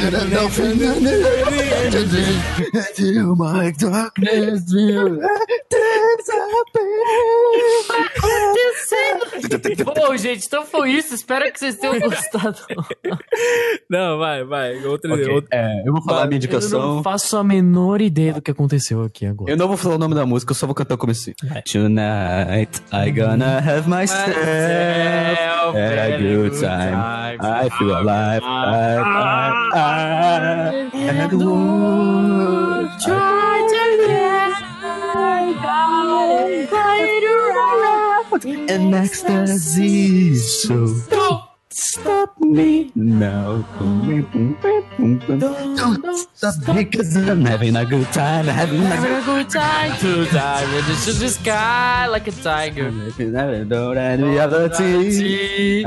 Until my darkness will Bom, gente, então foi isso. Espero que vocês tenham gostado. Não, vai. Outra. Eu vou falar a minha Eu indicação. não faço a menor ideia do que aconteceu aqui agora. Eu não vou falar o nome da música, eu só vou cantar o comecinho. Tonight, I gonna have myself a good time. I feel alive. And the world try to get in ecstasy. So stop me now. Don't stop me, 'cause I'm having a good time. Having a good time to dive into the sky like a tiger. Don't let me have the tea.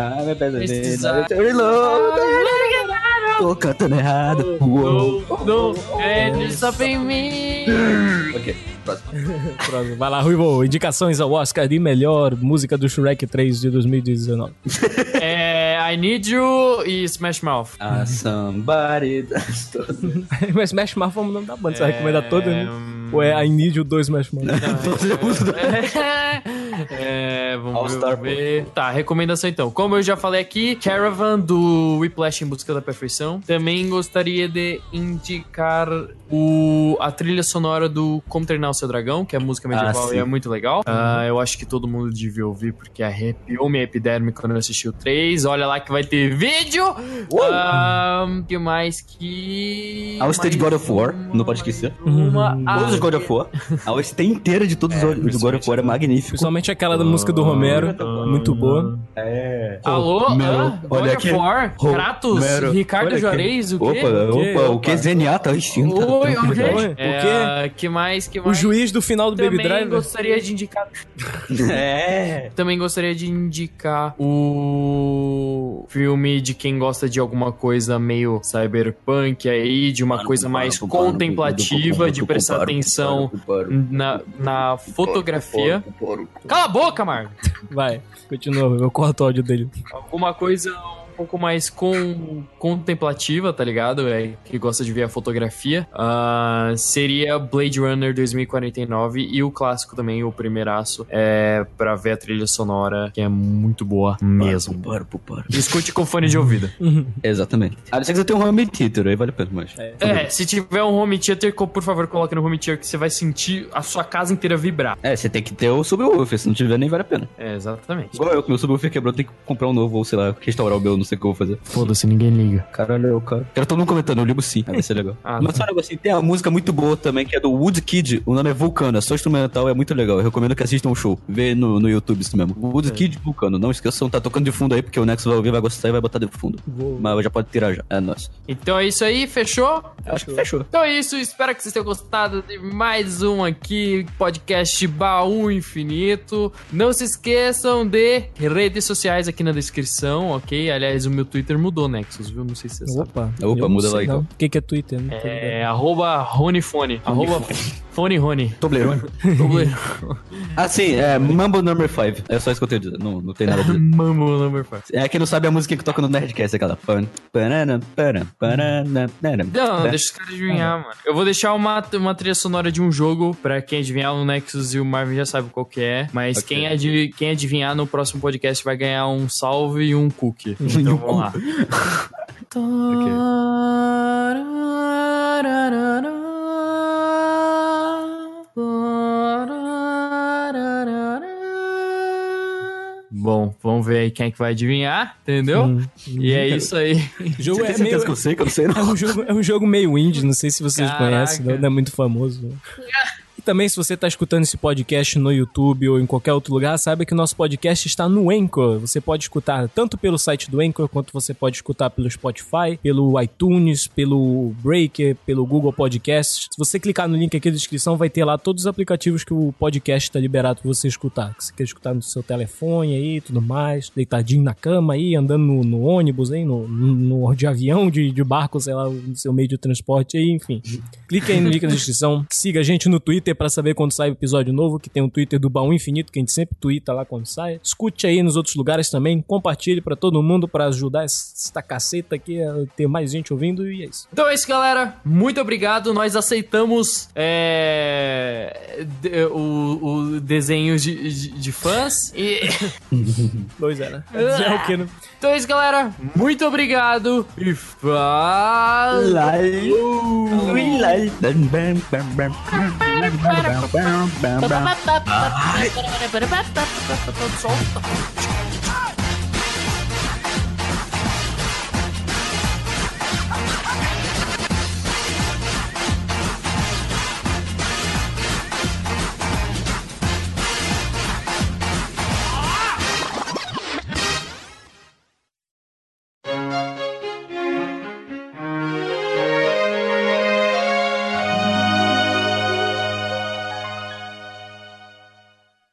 Tô cantando errado. No, and you're stopping me. Ok, próximo. Próximo. Vai lá, Ruivo. Indicações ao Oscar de melhor música do Shrek 3 de 2019. I Need You e Smash Mouth. Somebody. Mas Smash Mouth é o nome da banda. Você vai recomendar toda, né? Ou é I Need You 2 Smash Mouth? Vamos ver. Tá, recomendação então. Como eu já falei aqui, Caravan do Whiplash em Busca da Perfeição. Também gostaria de indicar a trilha sonora do Como Treinar o Seu Dragão, que é música medieval e é muito legal. Eu acho que todo mundo devia ouvir, porque arrepiou minha epiderme quando eu assisti o 3. Olha lá que vai ter vídeo! Que mais que... A OST de God of War, não pode esquecer. Todos os God of War. A OST inteira de todos os God of War é magnífico. Principalmente aquela da música do Romero, muito boa. Alô? God of War? Kratos? Ricardo Juarez? O quê? Opa, o que? ZNA tá extinto. Oi, o quê? O quê? Que mais? O juiz do final do Baby Driver. Também gostaria de indicar... Também gostaria de indicar o filme de quem gosta de alguma coisa meio cyberpunk aí, de uma coisa mais contemplativa, de prestar atenção na fotografia. Cala a boca, Marco! Vai, continua, eu corto o áudio dele. Alguma coisa um pouco mais contemplativa, tá ligado? Que gosta de ver a fotografia. Seria Blade Runner 2049 e o clássico também, o primeiraço, pra ver a trilha sonora, que é muito boa mesmo. Escute com fone de ouvido. Exatamente. A não ser que você tenha um home theater, aí vale a pena, mas... Se tiver um home theater, por favor, coloque no home theater que você vai sentir a sua casa inteira vibrar. Você tem que ter o subwoofer, se não tiver nem vale a pena. Exatamente. Igual eu, que meu subwoofer quebrou, tem que comprar um novo, ou sei lá, restaurar o meu, não sei o que eu vou fazer. Foda-se, ninguém liga. Caralho, cara. Quero todo mundo comentando, eu ligo sim, vai ser legal. Mas só um negocinho, tem uma música muito boa também, que é do Woodkid, o nome é Vulcano, é só instrumental, é muito legal, eu recomendo que assistam o show, vê no YouTube isso mesmo. Woodkid Vulcano, não esqueçam, tá tocando de fundo aí, porque o Nexo vai ouvir, vai gostar e vai botar de fundo. Mas já pode tirar já, é nóis. Então é isso aí, fechou? Acho que fechou. Então é isso, espero que vocês tenham gostado de mais um aqui, podcast Baú Infinito. Não se esqueçam de redes sociais aqui na descrição, ok? Aliás, o meu Twitter mudou, Nexus, viu? Não sei se você sabe. Opa, muda lá então. O que é Twitter? @Ronifone. @FoneRone. Toblerone. Sim, Mambo Number 5. É só isso que eu tenho a dizer. Não tem nada a dizer. Mambo Number 5. Quem não sabe a música que toca no Nerdcast, é aquela. Não, deixa os caras adivinhar, mano. Eu vou deixar uma trilha sonora de um jogo pra quem adivinhar. O Nexus e o Marvin já sabem qual que é. Mas quem adivinhar no próximo podcast vai ganhar um salve e um cookie. Então vamos lá. Bom, vamos ver aí quem é que vai adivinhar, entendeu? E é isso aí. O jogo é meio... que eu sei, que eu não sei não. É um jogo meio indie, não sei se vocês conhecem, não é muito famoso. E também, se você está escutando esse podcast no YouTube ou em qualquer outro lugar, saiba que o nosso podcast está no Anchor. Você pode escutar tanto pelo site do Anchor, quanto você pode escutar pelo Spotify, pelo iTunes, pelo Breaker, pelo Google Podcast. Se você clicar no link aqui na descrição, vai ter lá todos os aplicativos que o podcast está liberado para você escutar. Que você quer escutar no seu telefone aí e tudo mais, deitadinho na cama aí, andando no ônibus aí, de avião, de barco, sei lá, no seu meio de transporte aí, enfim. Clique aí no link na descrição, siga a gente no Twitter pra saber quando sai o episódio novo, que tem um Twitter do Baú Infinito, que a gente sempre twitta lá quando sai. Escute aí nos outros lugares também, compartilhe pra todo mundo pra ajudar essa caceta aqui a ter mais gente ouvindo, e é isso. Então é isso, galera. Muito obrigado. Nós aceitamos o desenho de fãs. E... Pois é, né? É o que, né? Então é isso, galera. Muito obrigado. E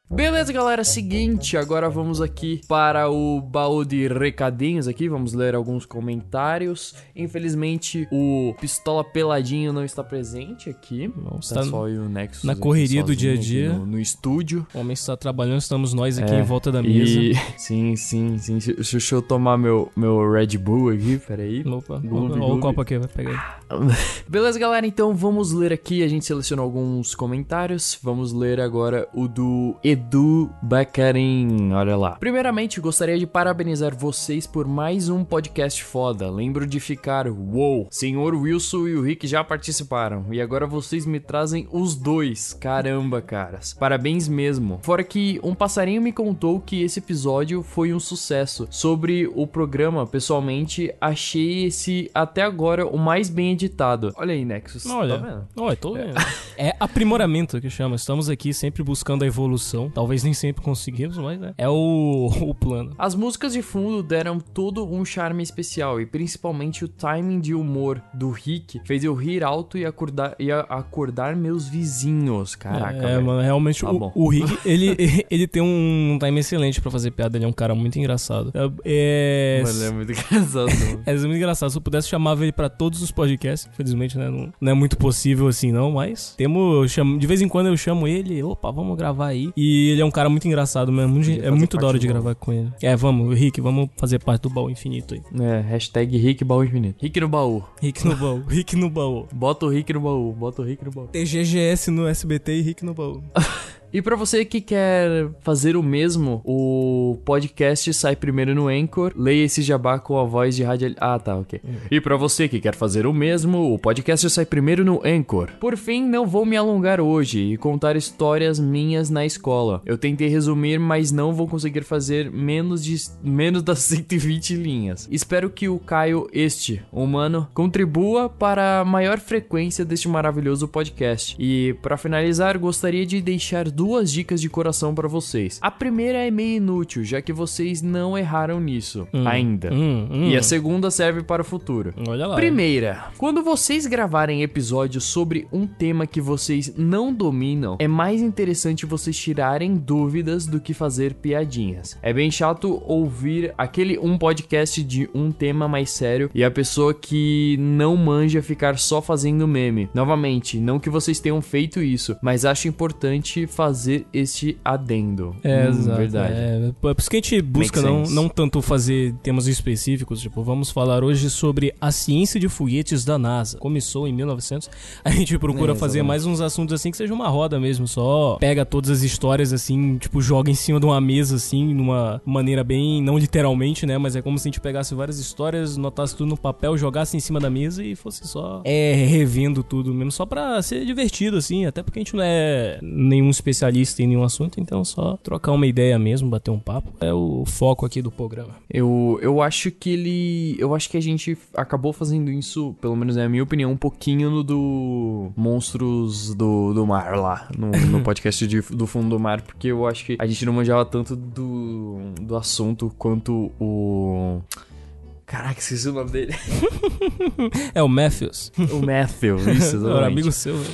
Beleza, galera, seguinte, agora vamos aqui para o baú de recadinhos aqui, vamos ler alguns comentários. Infelizmente, o Pistola Peladinho não está presente aqui, Não, tá só eu e o Nexus na aqui correria do sozinho dia a dia. aqui no estúdio. O homem está trabalhando, estamos nós aqui em volta da mesa. Sim. Deixa eu tomar meu Red Bull aqui, peraí. Opa, Gloob, olha o gloob. copo aqui, vai pegar aí. Beleza, galera, então vamos ler aqui, a gente selecionou alguns comentários, vamos ler agora o do Edu Bacarin, olha lá. Primeiramente, gostaria de parabenizar vocês por mais um podcast foda, lembro de ficar, uou, senhor Wilson e o Rick já participaram, e agora vocês me trazem os dois, caramba, caras, parabéns mesmo. Fora que um passarinho me contou que esse episódio foi um sucesso. Sobre o programa, pessoalmente, achei esse até agora o mais bem editado. Olha aí, Nexus, Olha, tá vendo? olha, tô vendo. É aprimoramento que chama. Estamos aqui sempre buscando a evolução. Talvez nem sempre conseguimos, mas é o plano. As músicas de fundo deram todo um charme especial e principalmente o timing de humor do Rick fez eu rir alto e acordar meus vizinhos. Caraca, velho. Mano, realmente Tá bom. o Rick, ele tem um time excelente pra fazer piada. Ele é um cara muito engraçado. Mano, é muito engraçado. Mano. É muito engraçado. Se eu pudesse, chamava ele pra todos os podcasts. Infelizmente, né? Não é muito possível assim, não. Mas de vez em quando eu chamo ele. Opa, vamos gravar aí. E ele é um cara muito engraçado mesmo. É muito da hora de gravar com ele. Vamos, Rick, vamos fazer parte do baú infinito aí. Hashtag Rick Baú Infinito. Rick no baú. Rick no baú. Rick no baú. Bota o Rick no baú. TGGS no SBT e Rick no baú. E pra você que quer fazer o mesmo, o podcast sai primeiro no Anchor. Leia esse jabá com a voz de rádio... Ah, tá, ok. E pra você que quer fazer o mesmo, o podcast sai primeiro no Anchor. Por fim, não vou me alongar hoje e contar histórias minhas na escola. Eu tentei resumir, mas não vou conseguir fazer menos das 120 linhas. Espero que o Caio, humano, contribua para a maior frequência deste maravilhoso podcast. E pra finalizar, gostaria de deixar 2 dicas de coração pra vocês. A primeira é meio inútil, já que vocês não erraram nisso ainda. E a segunda serve para o futuro. Olha lá. Primeira, quando vocês gravarem episódios sobre um tema que vocês não dominam, é mais interessante vocês tirarem dúvidas do que fazer piadinhas. É bem chato ouvir um podcast de um tema mais sério e a pessoa que não manja ficar só fazendo meme. Novamente, não que vocês tenham feito isso, mas acho importante fazer este adendo. Exato. Verdade. É por isso que a gente busca não tanto fazer temas específicos, tipo, vamos falar hoje sobre a ciência de foguetes da NASA. Começou em 1900, a gente procura fazer mais uns assuntos assim que seja uma roda mesmo, só pega todas as histórias assim, tipo, joga em cima de uma mesa assim, numa maneira bem, não literalmente, né, mas é como se a gente pegasse várias histórias, notasse tudo no papel, jogasse em cima da mesa e fosse só revendo tudo mesmo, só pra ser divertido assim, até porque a gente não é nenhum especialista em nenhum assunto, então só trocar uma ideia mesmo, bater um papo. É o foco aqui do programa. Eu acho que a gente acabou fazendo isso, pelo menos é a minha opinião, um pouquinho no do Monstros do Mar lá, no podcast do Fundo do Mar, porque eu acho que a gente não manjava tanto do assunto quanto o... Caraca, esqueci o nome dele. É o Matthews. O Matthew, isso, exatamente. Era amigo seu, velho.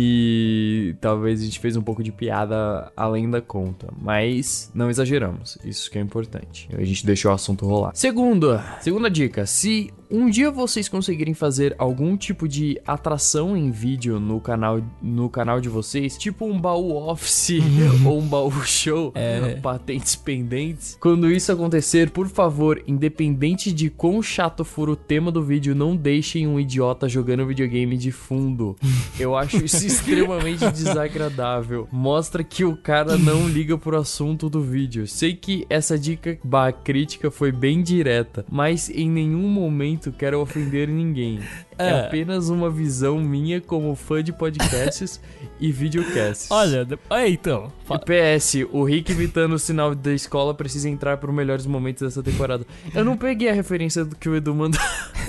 E talvez a gente fez um pouco de piada além da conta, mas não exageramos, isso que é importante. A gente deixou o assunto rolar. Segunda dica, se um dia vocês conseguirem fazer algum tipo de atração em vídeo no canal de vocês, tipo um baú office ou um baú show, patentes pendentes, quando isso acontecer, por favor, independente de quão chato for o tema do vídeo, não deixem um idiota jogando videogame de fundo. Eu acho isso extremamente desagradável. Mostra que o cara não liga pro assunto do vídeo. Sei que essa dica crítica foi bem direta, mas em nenhum momento quero ofender ninguém. É apenas uma visão minha como fã de podcasts e videocasts. Olha, então. PS, o Rick imitando o sinal da escola precisa entrar para os melhores momentos dessa temporada. Eu não peguei a referência do que o Edu mandou.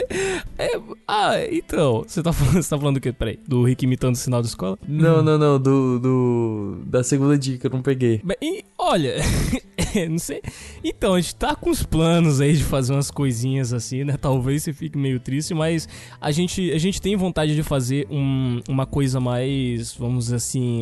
Então. Você tá falando do quê? Peraí. Do Rick imitando o sinal da escola? Não. Da segunda dica, eu não peguei. Olha. Não sei. Então, a gente tá com os planos aí de fazer umas coisinhas assim, né? Talvez você fique meio triste, mas a gente tem vontade de fazer uma coisa mais, vamos dizer assim,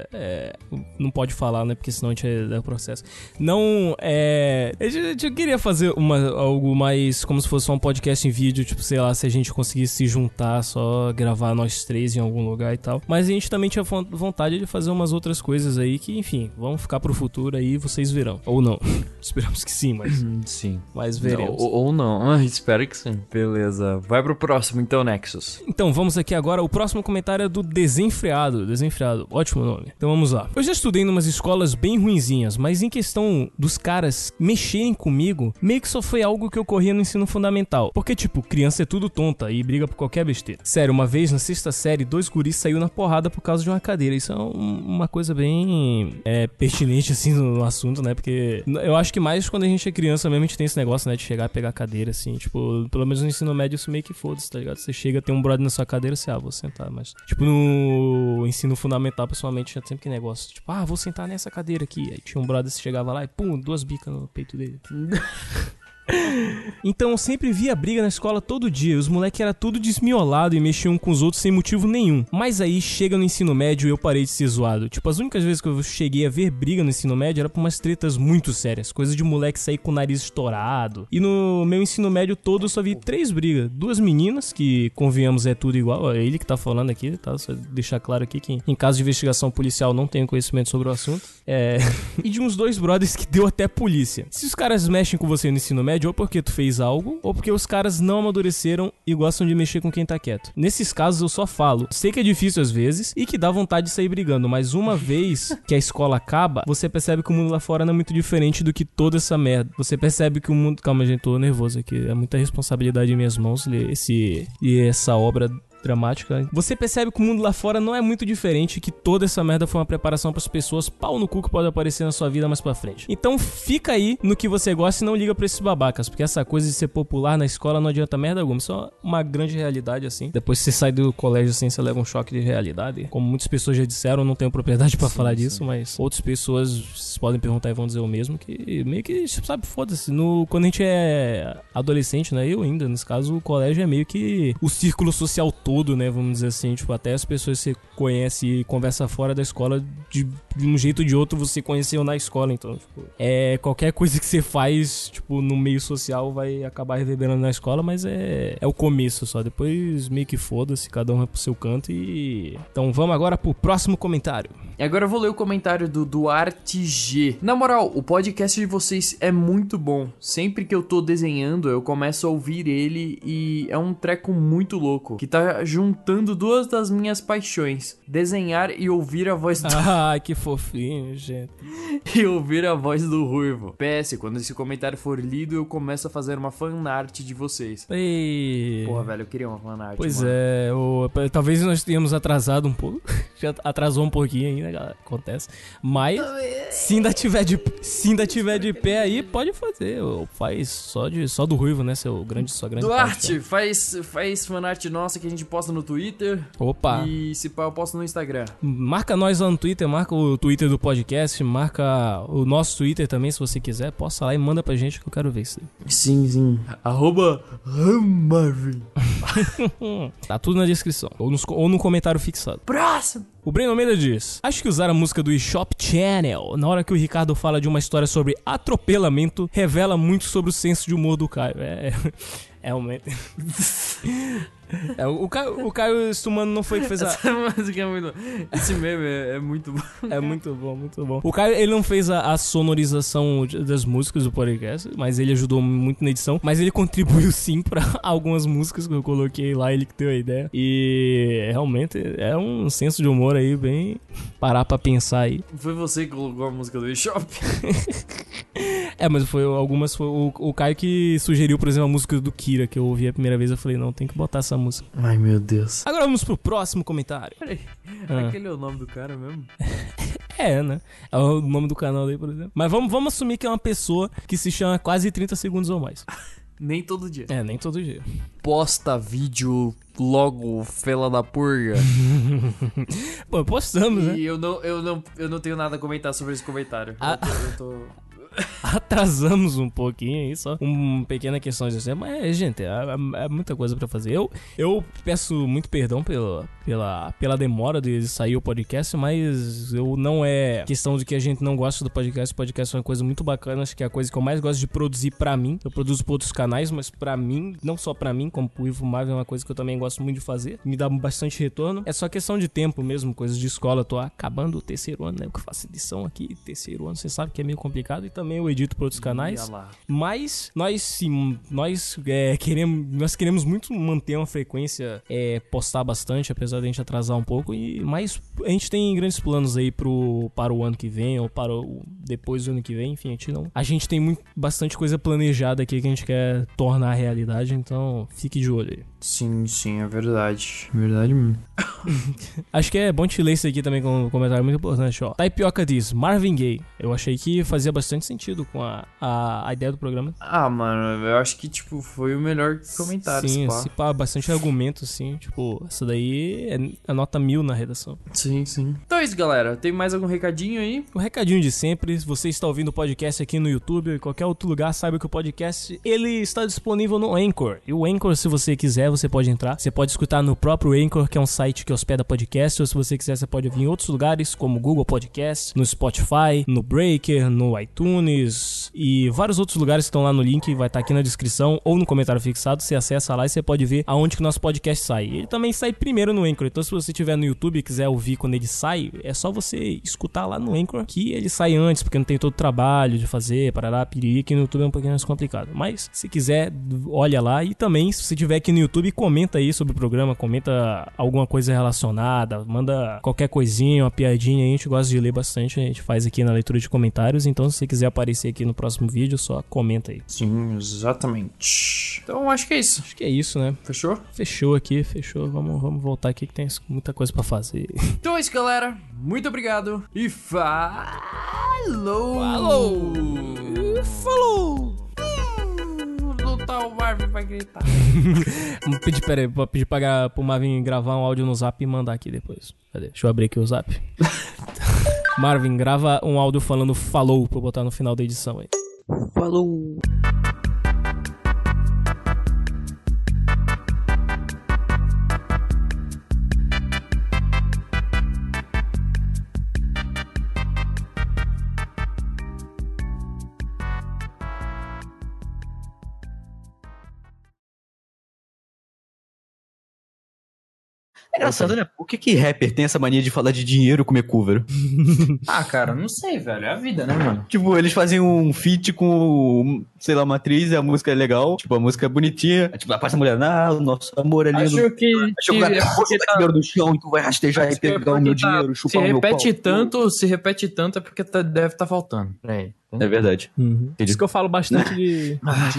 não pode falar, né? Porque senão a gente é processo. Não, eu queria fazer algo mais como se fosse um podcast em vídeo, tipo, sei lá, se a gente conseguisse se juntar, só gravar nós três em algum lugar e tal. Mas a gente também tinha vontade de fazer umas outras coisas aí que, enfim, vão ficar pro futuro aí, vocês verão. Ou não. Esperamos que sim, mas... Sim. Mas veremos. Ou não. Espero que sim. Beleza. Vai pro próximo então, Nexus. Então, vamos aqui agora. O próximo comentário é do Desenfreado. Desenfreado. Ótimo nome. Então vamos lá. Eu já estudei em umas escolas bem ruinzinhas, mas em questão dos caras mexerem comigo, meio que só foi algo que ocorria no ensino fundamental. Porque, tipo, criança é tudo tonta e briga por qualquer besteira. Sério, uma vez na 6ª série, 2 guris saiu na porrada por causa de uma cadeira. Isso é uma coisa bem pertinente, assim, no assunto, né? Porque eu acho que mais quando a gente é criança mesmo, a gente tem esse negócio, né? De chegar e pegar a cadeira, assim. Tipo, pelo menos no ensino médio isso meio que foda-se, tá ligado? Você chega, tem um brother na sua cadeira, você, vou sentar. Mas, tipo, no ensino fundamental, pessoalmente, tinha sempre que negócio. Tipo, vou sentar nessa cadeira aqui. Aí tinha um brother que chegava lá e, pum, 2 bicas no peito dele. Então eu sempre via briga na escola todo dia. Os moleques eram tudo desmiolado e mexiam com os outros sem motivo nenhum. Mas aí chega no ensino médio e eu parei de ser zoado. Tipo, as únicas vezes que eu cheguei a ver briga no ensino médio era por umas tretas muito sérias, coisa de moleque sair com o nariz estourado. E no meu ensino médio todo eu só vi 3 brigas. 2 meninas, que convenhamos é tudo igual. É ele que tá falando aqui, tá? Só deixar claro aqui que em caso de investigação policial não tenho conhecimento sobre o assunto. E de uns 2 brothers que deu até polícia. Se os caras mexem com você no ensino médio, ou porque tu fez algo, ou porque os caras não amadureceram e gostam de mexer com quem tá quieto. Nesses casos eu só falo, sei que é difícil às vezes e que dá vontade de sair brigando, mas uma vez que a escola acaba, você percebe que o mundo lá fora não é muito diferente do que toda essa merda. Você percebe que o mundo... Calma, gente, tô nervoso aqui. É muita responsabilidade em minhas mãos ler essa obra dramática. Você percebe que o mundo lá fora não é muito diferente, que toda essa merda foi uma preparação pras pessoas pau no cu que pode aparecer na sua vida mais pra frente. Então fica aí no que você gosta e não liga pra esses babacas, porque essa coisa de ser popular na escola não adianta merda alguma. Isso é uma grande realidade, assim. Depois que você sai do colégio, assim, você leva um choque de realidade. Como muitas pessoas já disseram, não tenho propriedade pra falar disso, mas outras pessoas vocês podem perguntar e vão dizer o mesmo, que meio que, sabe, foda-se. Quando a gente é adolescente, né, eu ainda, nesse caso, o colégio é meio que o círculo social todo, né, vamos dizer assim, tipo, até as pessoas que você conhece e conversa fora da escola, de um jeito ou de outro você conheceu na escola, então, tipo, qualquer coisa que você faz, tipo, no meio social vai acabar reverberando na escola, mas é o começo só, depois meio que foda-se, cada um vai pro seu canto e... Então vamos agora pro próximo comentário. E agora eu vou ler o comentário do Duarte G. Na moral, o podcast de vocês é muito bom. Sempre que eu tô desenhando, eu começo a ouvir ele e é um treco muito louco, que tá juntando 2 das minhas paixões: desenhar e ouvir a voz do... Ah, que fofinho, gente. E ouvir a voz do Ruivo. PS, quando esse comentário for lido, eu começo a fazer uma fanart de vocês. Ei. Porra, velho, eu queria uma fanart. Pois mano. Talvez nós tenhamos atrasado um pouco. Já atrasou um pouquinho ainda, galera. Acontece. Mas, se ainda tiver de pé aí, pode fazer. Faz só do Ruivo, né? Sua grande Duarte, parte, né? faz fanart nossa que a gente posta no Twitter. Opa. E se pá, eu posto no Instagram. Marca nós lá no Twitter, marca o Twitter do podcast, marca o nosso Twitter também, se você quiser. Posta lá e manda pra gente que eu quero ver isso. Sim. @Marvin. Tá tudo na descrição. Ou no comentário fixado. Próximo. O Breno Almeida diz: acho que usar a música do eShop Channel na hora que o Ricardo fala de uma história sobre atropelamento revela muito sobre o senso de humor do Caio. Realmente. O Caio Stumano não foi que fez a... Essa música é muito... Esse meme é muito bom. É muito bom, muito bom. O Caio, ele não fez a sonorização das músicas do podcast, mas ele ajudou muito na edição. Mas ele contribuiu sim pra algumas músicas que eu coloquei lá, ele que deu a ideia. E realmente é um senso de humor aí bem... Parar pra pensar aí. Foi você que colocou a música do eShop? Mas foi o Caio que sugeriu, por exemplo, a música do Kira, que eu ouvi a primeira vez. Eu falei, não, tem que botar essa música. Ai, meu Deus. Agora vamos pro próximo comentário. Peraí, aquele é o nome do cara mesmo? Né? É o nome do canal daí, por exemplo. Mas vamos assumir que é uma pessoa que se chama Quase 30 Segundos ou Mais. Nem todo dia. Nem todo dia. Posta vídeo logo, fela da purga. Pô, postamos, né? E eu não tenho nada a comentar sobre esse comentário. Eu tô... atrasamos um pouquinho aí, só uma pequena questão de tempo. Mas, gente, é muita coisa pra fazer. Eu peço muito perdão pela demora de sair o podcast, mas não é questão de que a gente não gosta do podcast. O podcast é uma coisa muito bacana, acho que é a coisa que eu mais gosto de produzir pra mim. Eu produzo pra outros canais, mas pra mim, não só pra mim, como pro Ivo Marvel, é uma coisa que eu também gosto muito de fazer. Me dá bastante retorno. É só questão de tempo mesmo, coisas de escola. Eu tô acabando o terceiro ano, né? Eu faço edição aqui, terceiro ano, você sabe que é meio complicado. E também eu edito pra outros canais. Mas nós queremos muito manter uma frequência, postar bastante, apesar de a gente atrasar um pouco. Mas a gente tem grandes planos aí para o ano que vem, ou para depois do ano que vem. Enfim, a gente tem bastante coisa planejada aqui que a gente quer tornar realidade, então fique de olho aí. Sim, é verdade. Verdade mesmo. Acho que é bom te ler isso aqui também com um comentário muito importante, ó. Taipioca diz, Marvin Gaye. Eu achei que fazia bastante sentido com a ideia do programa. Ah, mano, eu acho que, tipo, foi o melhor comentário. Sim, bastante argumento, assim. Tipo, essa daí é nota 1000 na redação. Sim. Então é isso, galera. Tem mais algum recadinho aí? O recadinho de sempre. Se você está ouvindo o podcast aqui no YouTube ou em qualquer outro lugar, saiba que o podcast, ele está disponível no Anchor. E o Anchor, se você quiser, você pode entrar. Você pode escutar no próprio Anchor, que é um site que hospeda podcast. Ou se você quiser, você pode vir em outros lugares, como Google Podcast, no Spotify, no Breaker, no iTunes e vários outros lugares que estão lá no link. Vai estar aqui na descrição ou no comentário fixado. Você acessa lá e você pode ver aonde que o nosso podcast sai. Ele também sai primeiro no Anchor. Então, se você estiver no YouTube e quiser ouvir quando ele sai, é só você escutar lá no Anchor que ele sai antes, porque não tem todo o trabalho de fazer, parará, piriri, que no YouTube é um pouquinho mais complicado. Mas, se quiser, olha lá. E também, se você estiver aqui no YouTube, comenta aí sobre o programa, comenta alguma coisa relacionada, manda qualquer coisinha, uma piadinha aí, a gente gosta de ler bastante, a gente faz aqui na leitura de comentários, então se você quiser aparecer aqui no próximo vídeo, só comenta aí. Sim, exatamente. Então, acho que é isso. Acho que é isso, né? Fechou? Fechou aqui, fechou. Vamos voltar aqui que tem muita coisa pra fazer. Então é isso, galera. Muito obrigado e falou! Lutar o Marvin vai gritar. Vou pedir pro Marvin gravar um áudio no Zap e mandar aqui depois. Cadê? Deixa eu abrir aqui o Zap. Marvin, grava um áudio falando falou pra eu botar no final da edição aí. Falou! É engraçado, né? Por que rapper tem essa mania de falar de dinheiro comer cover? Ah, cara, não sei, velho. É a vida, né, mano? Tipo, eles fazem um feat com, sei lá, uma atriz e a música é legal. Tipo, a música é bonitinha. Tipo, passa a mulher, o nosso amor é lindo. Acho que Vou jogar dinheiro no chão e tu vai rastejar e pegar o meu dinheiro, chupar o meu pau. Se repete tanto é porque deve estar faltando. É verdade. Isso que eu falo bastante de...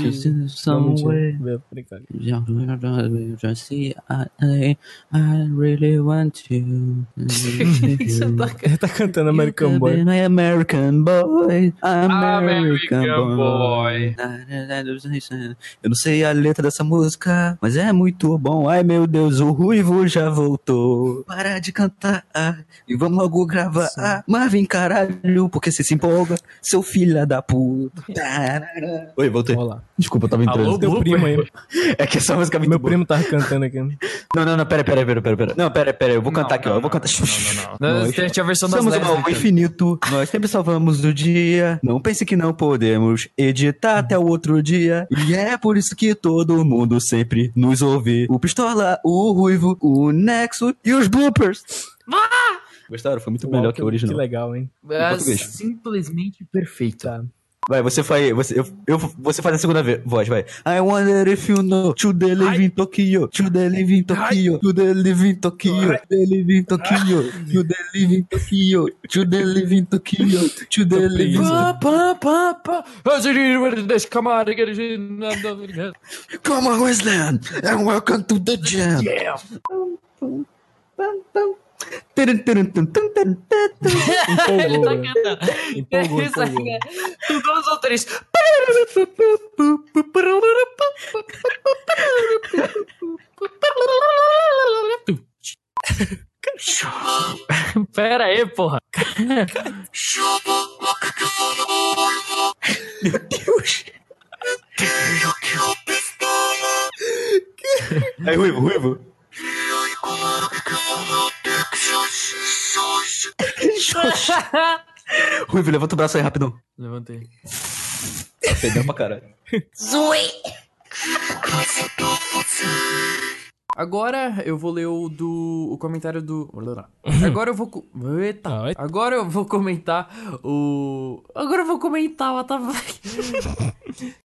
I really want you. Ele tá cantando American Boy. American Boy. American Boy. Eu não sei a letra dessa música, mas é muito bom. Ai meu Deus, o Ruivo já voltou. Para de cantar e vamos logo gravar. Marvin, caralho, porque você se empolga, seu filho da puta. Oi, voltei. Olá. Desculpa, eu tava entrando. Alô, teu primo aí. É que essa música é muito Meu boa. primo tava cantando aqui. Não, pera. Não, pera, eu vou cantar aqui, ó. Eu vou cantar. Não. Tem a versão das Somos lésbicas. ao infinito, nós sempre salvamos o dia. Não pense que não podemos editar até o outro dia. E é por isso que todo mundo sempre nos ouve. O Pistola, o Ruivo, o Nexo e os bloopers. Gostaram? Foi muito melhor que o original. Que legal, hein? É simplesmente perfeito. Tá. Vai, você faz a segunda voz, vai. I wonder if you know, to the live in Tokyo, to the live in Tokyo, to the live in Tokyo, to the live in Tokyo, to the live in Tokyo, to the live in Tokyo, to the live in Come on, Westland, and welcome to the jam. Yeah. Empolgou. Todos os três. Pera aí, porra. Meu Deus. Aí, Ruivo. Ruivo, levanta o braço aí, rapidão. Levantei. Fedeu pra caralho. Agora eu vou ler o comentário do... Agora eu vou... Eita. Agora eu vou comentar o... Agora eu vou comentar o...